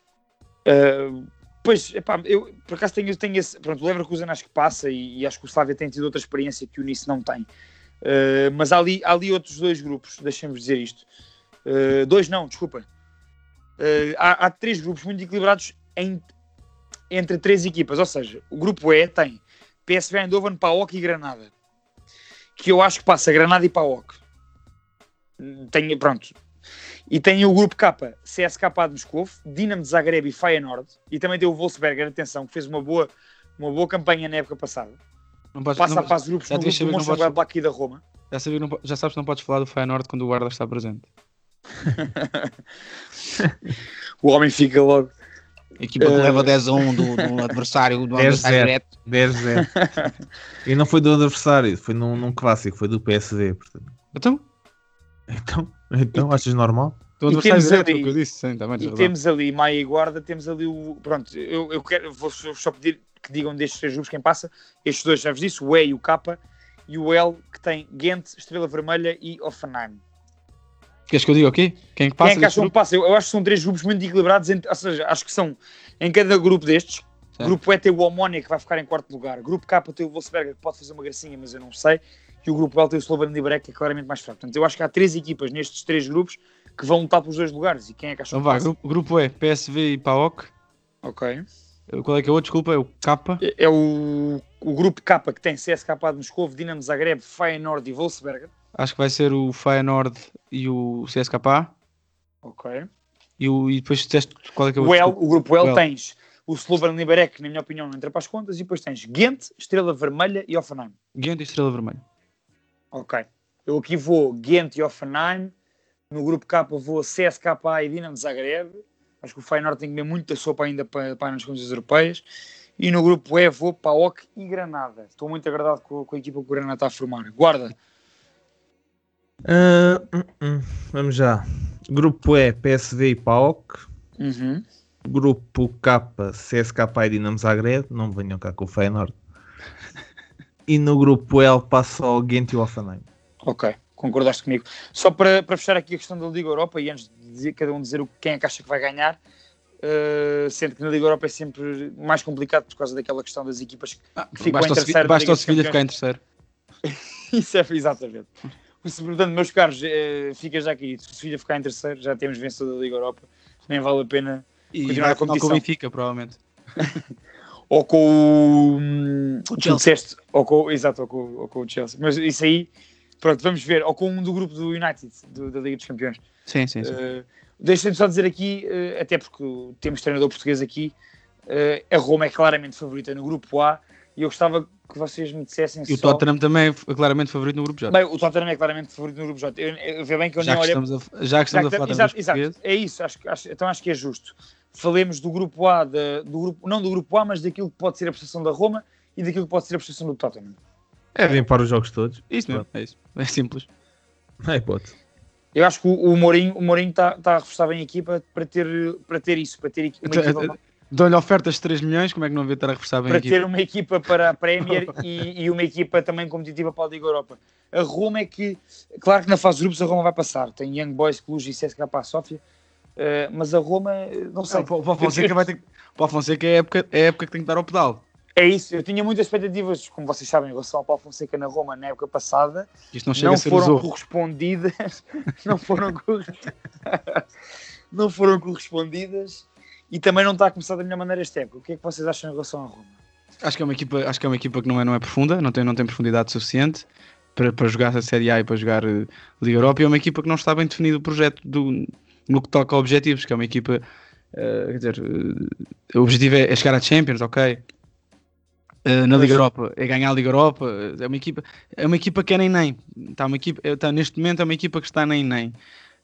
Uh, pois, epá, eu por acaso tenho, tenho esse, pronto, o Leverkusen acho que passa e, e acho que o Slavia tem tido outra experiência que o Nice não tem. Uh, mas há ali, há ali outros dois grupos, deixem-me dizer isto. Uh, dois não, desculpa. Uh, há, há três grupos muito equilibrados em, entre três equipas, ou seja, o grupo E tem P S V Eindhoven, P A O K e Granada, que eu acho que passa Granada e P A O K. Tem, pronto. E tem o grupo K, C S K A de Moscou, Dinamo de Zagreb e Feyenoord, e também tem o Wolfsberger, atenção, que fez uma boa, uma boa campanha na época passada. Não podes, passa não, a fase de grupos no grupo do Mönchengladbach e da Roma. Já, sabia, não, já sabes que não podes falar do Feyenoord quando o guarda está presente. O homem fica logo... A equipa que uh... leva dez a um do, do adversário, do adversário direto. dez a zero. E não foi do adversário, foi num, num clássico, foi do P S V. Portanto. Então? Então, então achas normal? Do adversário direto, ali, o que eu disse. Sim, também, e temos ali Maia e Guarda, temos ali o... Pronto, eu, eu quero, vou só pedir que digam destes três grupos quem passa. Estes dois, já vos disse, o E e o K, e o L, que tem Ghent, Estrela Vermelha e Hoffenheim. Queres que eu diga o quê? Quem é que passa? Quem é que acham que passa? Eu, eu acho que são três grupos muito equilibrados, entre, ou seja, acho que são em cada grupo destes. Certo. Grupo E tem o Omonia, que vai ficar em quarto lugar. Grupo K tem o Wolfsberger, que pode fazer uma gracinha, mas eu não sei. E o grupo L tem o Slovan Liberec, que é claramente mais fraco. Portanto, eu acho que há três equipas nestes três grupos que vão lutar pelos dois lugares. E quem é que acham então que vai, passa? Grupo, grupo E, P S V e P A O K. Ok. Qual é que é o outro? Desculpa, é o K. É, é o, o grupo K, que tem C S K A de Moscou, Dinamo de Zagreb, Feyenoord e Wolfsberger. Acho que vai ser o Feyenoord e o C S K A. Ok. E, o, e depois teste qual é que é o o, L, outro? O grupo L o tens o Slovan Liberec, que na minha opinião não entra para as contas, e depois tens Ghent, Estrela Vermelha e Hoffenheim. Ghent e Estrela Vermelha. Ok. Eu aqui vou Ghent e Hoffenheim. No grupo K vou C S K A e Dinamo de Zagreb. Acho que o Feyenoord tem que comer muita sopa ainda para, para nas contas europeias. E no grupo E vou P A O K e Granada. Estou muito agradado com, com a equipa que o Granada está a formar. Guarda. Uh, uh, uh, vamos já. Grupo E, P S V e P A O K. Uhum. Grupo K, C S K A e Dinamo Zagreb. Não me venham cá com o Feyenoord. E no grupo L passa o Ghent e o Hoffenheim. Ok. concordaste comigo. Só para, para fechar aqui a questão da Liga Europa, e antes de dizer, cada um dizer o, quem é que acha que vai ganhar, uh, sendo que na Liga Europa é sempre mais complicado por causa daquela questão das equipas que Ah, ficam basta em o Sevi- terceiro. basta o Sevilha ficar em terceiro. Isso é exatamente. Portanto, meus caros, eh, fica já aqui. Se o Sevilha ficar em terceiro, já temos vencedor da Liga Europa. Nem vale a pena E continuar vai a final com o competição. Benfica, provavelmente. Ou com o, hum, O tu Chelsea. disseste, ou com, exato, ou com, ou com o Chelsea. Mas isso aí, pronto, vamos ver. Ou com um do grupo do United, do, da Liga dos Campeões. Sim, sim, sim. Uh, Deixem-me só dizer aqui, uh, até porque temos treinador português aqui, uh, a Roma é claramente favorita no grupo A, e eu gostava que vocês me dissessem E o só... Tottenham também é claramente favorito no grupo J. Bem, o Tottenham é claramente favorito no grupo J. Eu, eu, vê bem que eu Já nem que, olhei... estamos a, já que estamos Já a falar que- também exato, dos exato. portugueses, É isso, acho, acho, então acho que é justo. Falemos do grupo A, da, do grupo, não do grupo A, mas daquilo que pode ser a prestação da Roma e daquilo que pode ser a prestação do Tottenham. É bem para os jogos todos. isso mesmo, é isso. É simples. Não é hipótese. Eu acho que o, o Mourinho o Mourinho está tá a reforçar bem a equipa para ter, para ter isso, para ter equi- uma Então, equipa, Dão-lhe ofertas de três milhões, como é que não devia estar a reforçar bem a para equipa? ter uma equipa para a Premier e, e uma equipa também competitiva para a Liga Europa. A Roma é que, claro que na fase de grupos a Roma vai passar. Tem Young Boys, Cluj e C S K A para a Sófia, uh, mas a Roma, não sei. Não, para o para o Fonseca vai ter que... Para o Fonseca é a época, é a época que tem que dar ao pedal. É isso, eu tinha muitas expectativas, como vocês sabem, em relação ao Paulo Fonseca na Roma na época passada. Isto não chega Não a ser o foram Zorro. correspondidas, não foram, cor- não foram correspondidas e também não está a começar da melhor maneira esta época. O que é que vocês acham em relação à Roma? Acho que é uma equipa, acho que é uma equipa que não é, não é profunda, não tem, não tem profundidade suficiente para, para jogar a Série A e para jogar uh, Liga Europa, e é uma equipa que não está bem definido o projeto do, no que toca a objetivos, que é uma equipa, uh, quer dizer, uh, o objetivo é, é chegar à Champions, ok? Uh, na Liga Europa, é ganhar a Liga Europa, é uma equipa, é uma equipa que é nem nem, está uma equipa, está, neste momento é uma equipa que está nem nem,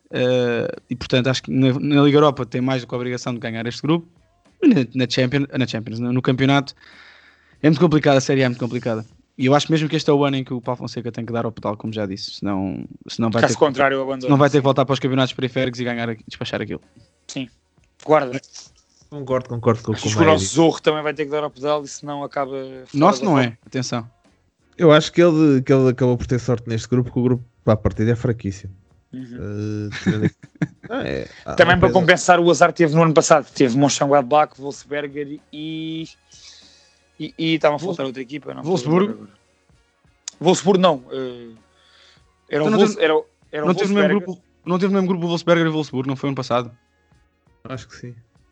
uh, e portanto acho que na, na Liga Europa tem mais do que a obrigação de ganhar este grupo, e na, na Champions, na Champions no, no campeonato é muito complicado, a Série A é muito complicada. E eu acho mesmo que este é o ano em que o Paulo Fonseca tem que dar ao pedal, como já disse, senão, senão, vai, ter Caso que, contrário, eu abandono. senão vai ter que voltar para os campeonatos periféricos e ganhar, despachar aquilo. Sim, guarda. Concordo, concordo com o que Acho o que o Maia nosso disse. Zorro também vai ter que dar ao pedal e senão acaba... fora Nosso da não Roma. é, atenção. Eu acho que ele, que ele acabou por ter sorte neste grupo, que o grupo para a partida é fraquíssimo. Uhum. Uh, tirando aqui- Ah, é, há Também uma para coisa- compensar o azar que teve no ano passado. Teve Mönchengladbach, Wolfsberger e... E, e estava a faltar outra equipa. Não Wolfsburgo? Wolfsburgo não. eh, era, o Então não Wolfs, teve- era, o- era o Não teve, no mesmo Wolfsberger. grupo, não teve no mesmo grupo o Wolfsberger e o Wolfsburgo, não foi ano passado? Acho que sim.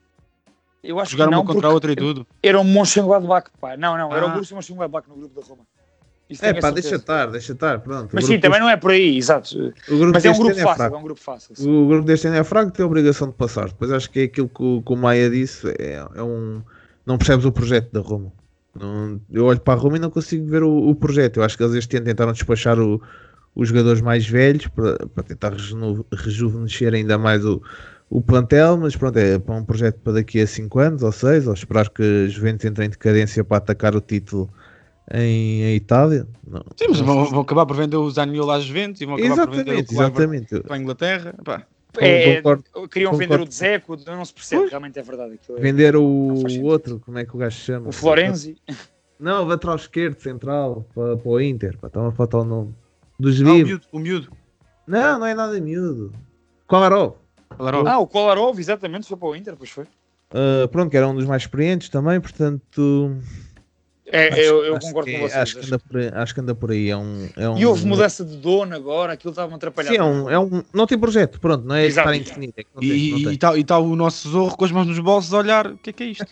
Eu acho Jogaram que não, uma contra a porque outra e tudo. era o Mönchengladbach, pá. Não, não, era o Ah. Borussia Mönchengladbach no grupo da Roma. Isso É tenho a pá, certeza. deixa estar, deixa estar, pronto. Mas O sim, grupo também deste- não é por aí, exato. o grupo Mas é um deste grupo ano é fácil, fraco. é um grupo fácil. O grupo deste ano é fraco, tem a obrigação de passar. Depois acho que é aquilo que o, que o Maia disse, é, é um... Não percebes o projeto da Roma. Não- eu olho para a Roma e não consigo ver o, o projeto. Eu acho que eles este ano tentaram despachar o- os jogadores mais velhos para, para tentar rejuno- rejuvenescer ainda mais o, o plantel, mas pronto, é para um projeto para daqui a cinco anos ou seis, ou esperar que os Juventus entrem em decadência para atacar o título em, em Itália. Não, Sim, mas não vão, sei. vão acabar por vender o Zaniolo às Juventus e vão acabar por vender o Exatamente, Kluivert exatamente. para a Inglaterra. Pá. É, Concordo, queriam concordo. vender o Dzeko, não se percebe, realmente é verdade. Aquilo é- Vender Não o faz sentido. outro, como é que o gajo se chama? O Florenzi. Não, o lateral esquerdo, central, para, para o Inter. Pá, está-me a faltar o nome. Dos Ah, o vivos. miúdo, o miúdo. Não, não é nada miúdo. Kolarov. Kolarov. Ah, o Kolarov, exatamente, foi para o Inter, pois foi. Uh, pronto, que era um dos mais experientes também, portanto. É, acho- eu, eu acho concordo que, com vocês. Acho que, anda por aí, acho que anda por aí. É um, é um, E houve mudança de dono agora, aquilo estava atrapalhado. Sim, é um, é um. Não tem projeto, pronto, não é Exato. estar indefinido. É que não tem, não E tem. está tá o nosso Zorro com as mãos nos bolsos a olhar, o que é que é isto?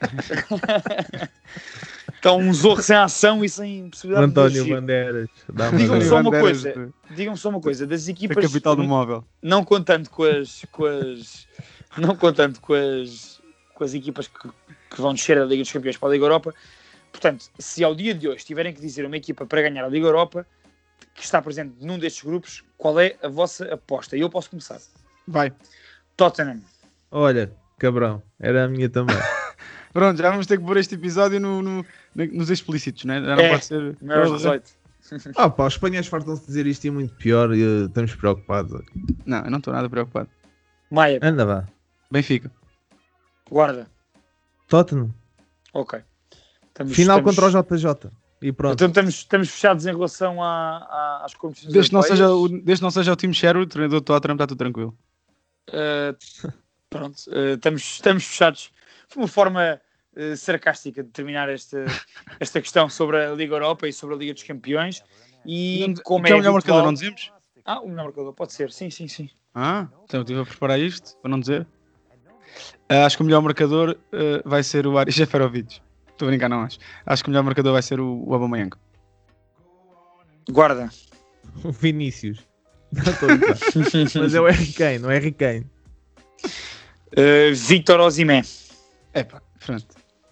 Então um Zorro sem ação e sem O possibilidade António de agir. Bandeiras. Dá uma Digam-me olhada. só uma Bandeiras, coisa, digam-me só uma coisa, das A equipas, capital do móvel. não contando com as, com as não contando com as, com as equipas que, que vão descer da Liga dos Campeões para a Liga Europa, portanto, se ao dia de hoje tiverem que dizer uma equipa para ganhar a Liga Europa, que está presente num destes grupos, qual é a vossa aposta? E eu posso começar. Vai. Tottenham. Olha, cabrão, era a minha também. Pronto, já vamos ter que pôr este episódio no, no- no- nos explícitos, né? Já não É, pode ser. Maiores de dezoito. Ah, pá, os espanhóis fartam-se de dizer isto e é muito pior e uh, estamos preocupados. Não, eu não estou nada preocupado. Maia, Anda vá. Benfica. guarda. Tottenham. Ok. Estamos- Final estamos- contra o J J. E pronto. Então estamos, estamos fechados em relação a, a, às competições Desde que, não europeias. seja o, desde que não seja o time Sherwood, o treinador do Tottenham, está tudo tranquilo. Uh, pronto, uh, estamos, estamos fechados. Foi uma forma uh, sarcástica de terminar esta, esta questão sobre a Liga Europa e sobre a Liga dos Campeões. E Não, como que é é o melhor habitual... marcador, não dizemos? Ah, o melhor marcador, pode ser, sim, sim, sim. Ah, então eu estive a preparar isto, para não dizer. Uh, acho que o melhor marcador uh, vai ser o Aris Seferovic. Estou a brincar, não acho. Acho que o melhor marcador vai ser o, o Aubameyang. Guarda. O Vinícius. Não estou a brincar. Mas é o Harry Kane, não é Harry Kane. Uh, Victor Osimhen. Epá, pronto.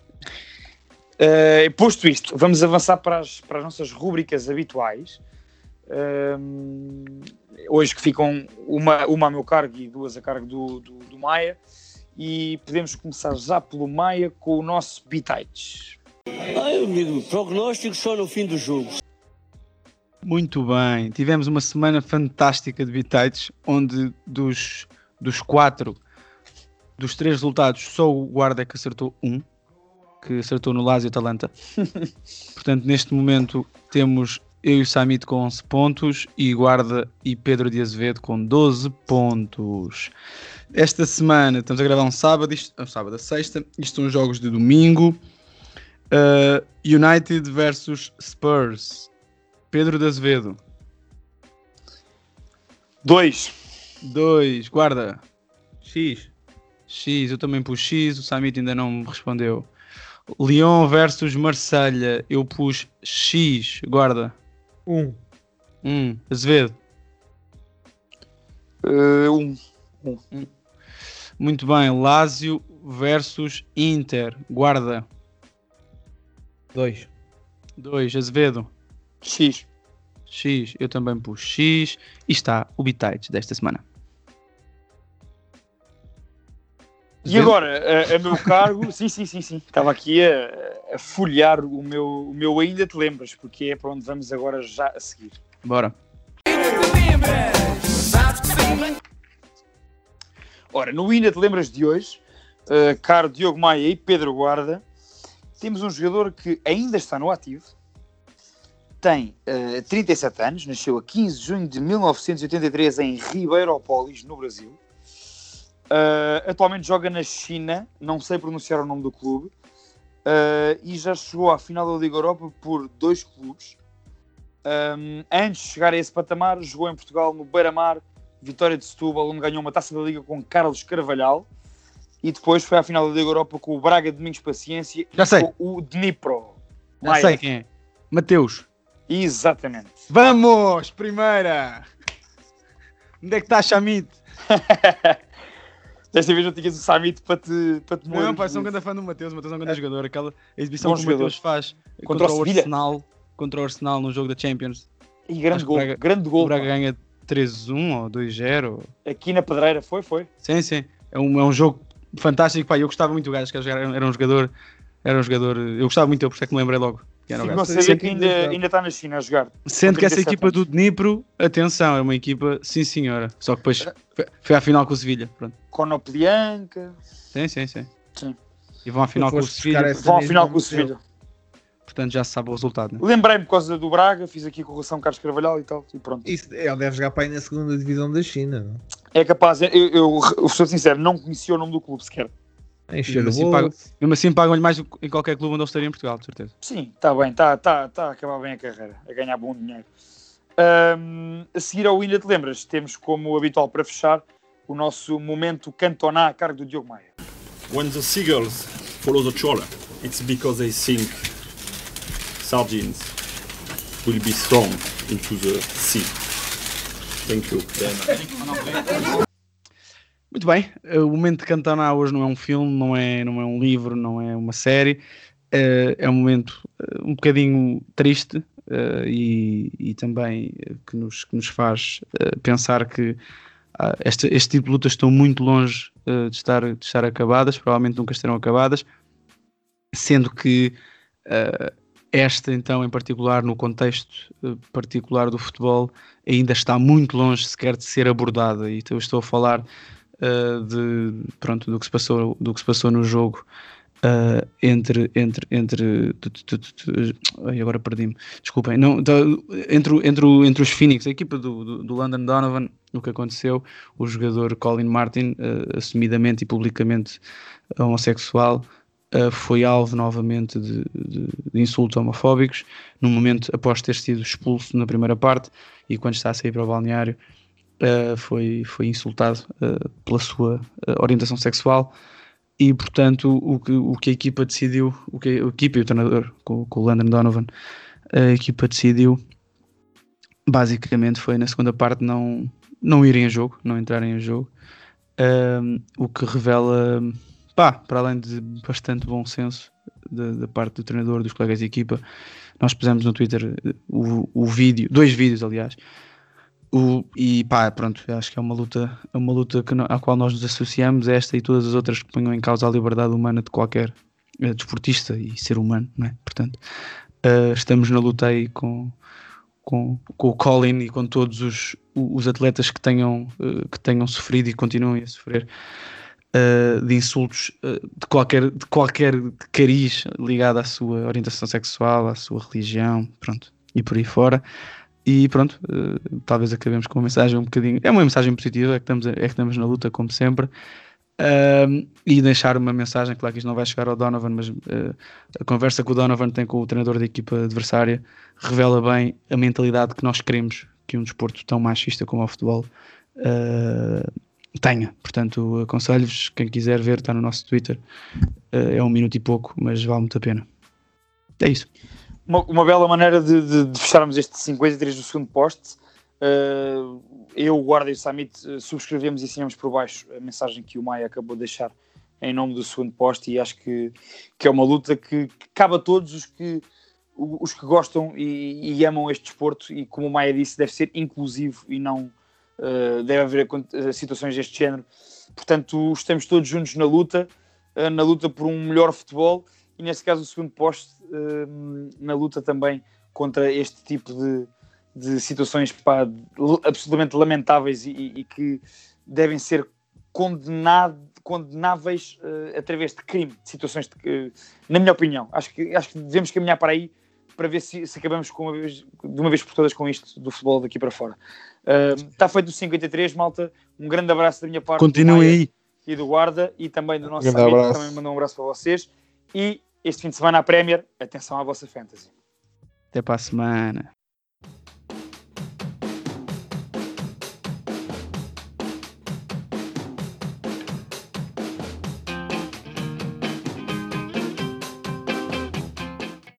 Uh, posto isto, vamos avançar para as, para as nossas rúbricas habituais. Uh, hoje que ficam uma, uma a meu cargo e duas a cargo do, do, do Maia. E podemos começar já pelo Maia com o nosso Bitites. Ai, amigo, prognóstico só no fim do jogo. Muito bem. Tivemos uma semana fantástica de Bitites, onde dos, dos quatro, dos três resultados, só o Guarda é que acertou um, que acertou no Lazio Atalanta. Portanto, neste momento temos eu e o Samit com onze pontos e Guarda e Pedro de Azevedo com doze pontos. Esta semana estamos a gravar um sábado, isto, um sábado a sexta, isto são jogos de domingo. Uh, United versus Spurs. Pedro de Azevedo. Dois. Dois. Guarda. X. X. Eu também pus X. O Samit ainda não me respondeu. Lyon versus Marselha. Eu pus X. Guarda. Um. Um. Azevedo. Uh, um. um. Muito bem. Lazio versus Inter. Guarda. Dois. Dois. Azevedo. X. X, eu também pus X. E está o Bitites desta semana. E agora, a, a meu cargo, sim, sim, sim, sim. Estava aqui a, a folhear o meu, o meu ainda te lembras, porque é para onde vamos agora já a seguir. Bora. Ora, no ainda te lembras de hoje, uh, caro Diogo Maia e Pedro Guarda, temos um jogador que ainda está no ativo. Tem uh, trinta e sete anos, nasceu a quinze de junho de mil novecentos e oitenta e três em Ribeirópolis, no Brasil. Uh, atualmente joga na China, não sei pronunciar o nome do clube, uh, e já chegou à final da Liga Europa por dois clubes. Um, antes de chegar a esse patamar, jogou em Portugal no Beira-Mar, Vitória de Setúbal, onde ganhou uma taça da Liga com Carlos Carvalhal, e depois foi à final da Liga Europa com o Braga de Domingos Paciência já e sei. com o Dnipro. Já Maia. sei quem é. Mateus. Exatamente. Vamos! Primeira! Onde é que está Chamit? Desta vez não tinhas o Samit para te, para te Não, moer. pai, sou um grande fã do Mateus. O Mateus é um grande jogador. Aquela exibição Bom que o jogador. Mateus faz Contra contra, o o Sevilha. Arsenal, contra o Arsenal no jogo da Champions. E grande Acho que gol, o Braga, grande gol. O Braga pá. ganha três a um ou dois a zero. Aqui na Pedreira, foi, foi. Sim, sim. É um, é um jogo fantástico. Pá, eu gostava muito do gajo, que era, era um jogador. Era um jogador. Eu gostava muito dele, por isso é que me lembrei logo. Que era o Fico gajo. a saber Sendo, que ainda, ainda está na China a jogar. sendo Com que essa trinta e sete equipa do anos. Dnipro, atenção, é uma equipa, sim senhora. Só que depois foi, foi à final com o Sevilha. Pronto. Konoplyanka. Sim, sim, sim. Sim. E vão à final Tu com o foste buscar Sevilha. essa Vão à mesma final com o museu. Sevilha. Portanto já se sabe o resultado, né? Lembrei-me por causa do Braga, fiz aqui com o relação Carlos Carvalhal e tal, e pronto. Isso, ele deve jogar para aí na segunda divisão da China. Não? É capaz, eu, eu, eu sou sincero, não conhecia o nome do clube sequer. Encher Mesmo o assim, bolso. pagam, mesmo assim pagam-lhe mais do que em qualquer clube onde ele estaria em Portugal, de certeza. Sim, está bem, está tá, tá a acabar bem a carreira, a ganhar bom dinheiro. Ahm, a seguir ao Ainda Te Lembras, temos como habitual para fechar o nosso momento Cantona a cargo do Diogo Maia. When the seagulls follow the trawler, it's because they think sardines will be thrown into the sea. Thank you. Muito bem, o momento de Cantona hoje não é um filme, não é, não é um livro, não é uma série. Uh, é um momento uh, um bocadinho triste uh, e, e também uh, que, nos, que nos faz uh, pensar que uh, este, este tipo de lutas estão muito longe uh, de, estar, de estar acabadas, provavelmente nunca estarão acabadas, sendo que uh, esta então em particular, no contexto uh, particular do futebol, ainda está muito longe sequer de ser abordada. E então eu estou a falar uh, de, pronto, do, que se passou, do que se passou no jogo uh, entre, entre, entre, tu, tu, tu, tu, ai, agora perdi-me, desculpem, não, tá, entre, entre, entre os Phoenix, a equipa do, do, do Landon Donovan, o que aconteceu, o jogador Colin Martin, uh, assumidamente e publicamente homossexual, Uh, foi alvo novamente de, de, de insultos homofóbicos, no momento após ter sido expulso na primeira parte, e quando está a sair para o balneário uh, foi, foi insultado uh, pela sua uh, orientação sexual, e portanto o que, o que a equipa decidiu, o que a equipa e o treinador, com, com o Landon Donovan, a equipa decidiu basicamente foi na segunda parte não, não irem a jogo, não entrarem em jogo, uh, o que revela, pá, para além de bastante bom senso da, da parte do treinador, dos colegas de equipa. Nós pusemos no Twitter o, o vídeo, dois vídeos aliás, o, e pá, pronto, acho que é uma luta, é uma luta que, à qual nós nos associamos, esta e todas as outras que ponham em causa a liberdade humana de qualquer uh, desportista e ser humano, não é? Portanto, uh, estamos na luta aí com, com, com o Colin e com todos os, os atletas que tenham, uh, que tenham sofrido e continuem a sofrer Uh, de insultos uh, de, qualquer, de qualquer cariz ligado à sua orientação sexual, à sua religião, pronto, e por aí fora. E pronto, uh, talvez acabemos com uma mensagem um bocadinho, é uma mensagem positiva, é que estamos, é que estamos na luta como sempre, uh, e deixar uma mensagem, claro que isto não vai chegar ao Donovan, mas uh, a conversa que o Donovan tem com o treinador da equipa adversária revela bem a mentalidade que nós queremos que um desporto tão machista como o futebol uh, tenha. Portanto, aconselho-vos, quem quiser ver, está no nosso Twitter, uh, é um minuto e pouco, mas vale muito a pena. É isso. Uma, uma bela maneira de, de, de fecharmos este cinquenta e três do segundo poste. Uh, eu, o Guarda e o Samit uh, subscrevemos e assinamos por baixo a mensagem que o Maia acabou de deixar em nome do segundo poste, e acho que, que é uma luta que, que cabe a todos os que, os que gostam e, e amam este desporto, e como o Maia disse, deve ser inclusivo e não Uh, deve haver uh, situações deste género. Portanto, estamos todos juntos na luta, uh, na luta por um melhor futebol, e neste caso o segundo poste uh, na luta também contra este tipo de, de situações, pá, absolutamente lamentáveis e, e que devem ser condenado, condenáveis uh, através de crime, de situações de, uh, na minha opinião, acho que, acho que devemos caminhar para aí para ver se, se acabamos com uma vez, de uma vez por todas com isto do futebol daqui para fora. Uh, está feito o cinquenta e três, malta. Um grande abraço da minha parte. Continue aí. E do Guarda, e também do nosso Um amigo, abraço. também mandou um abraço para vocês. E este fim de semana a Premier, atenção à vossa fantasy. Até para a semana.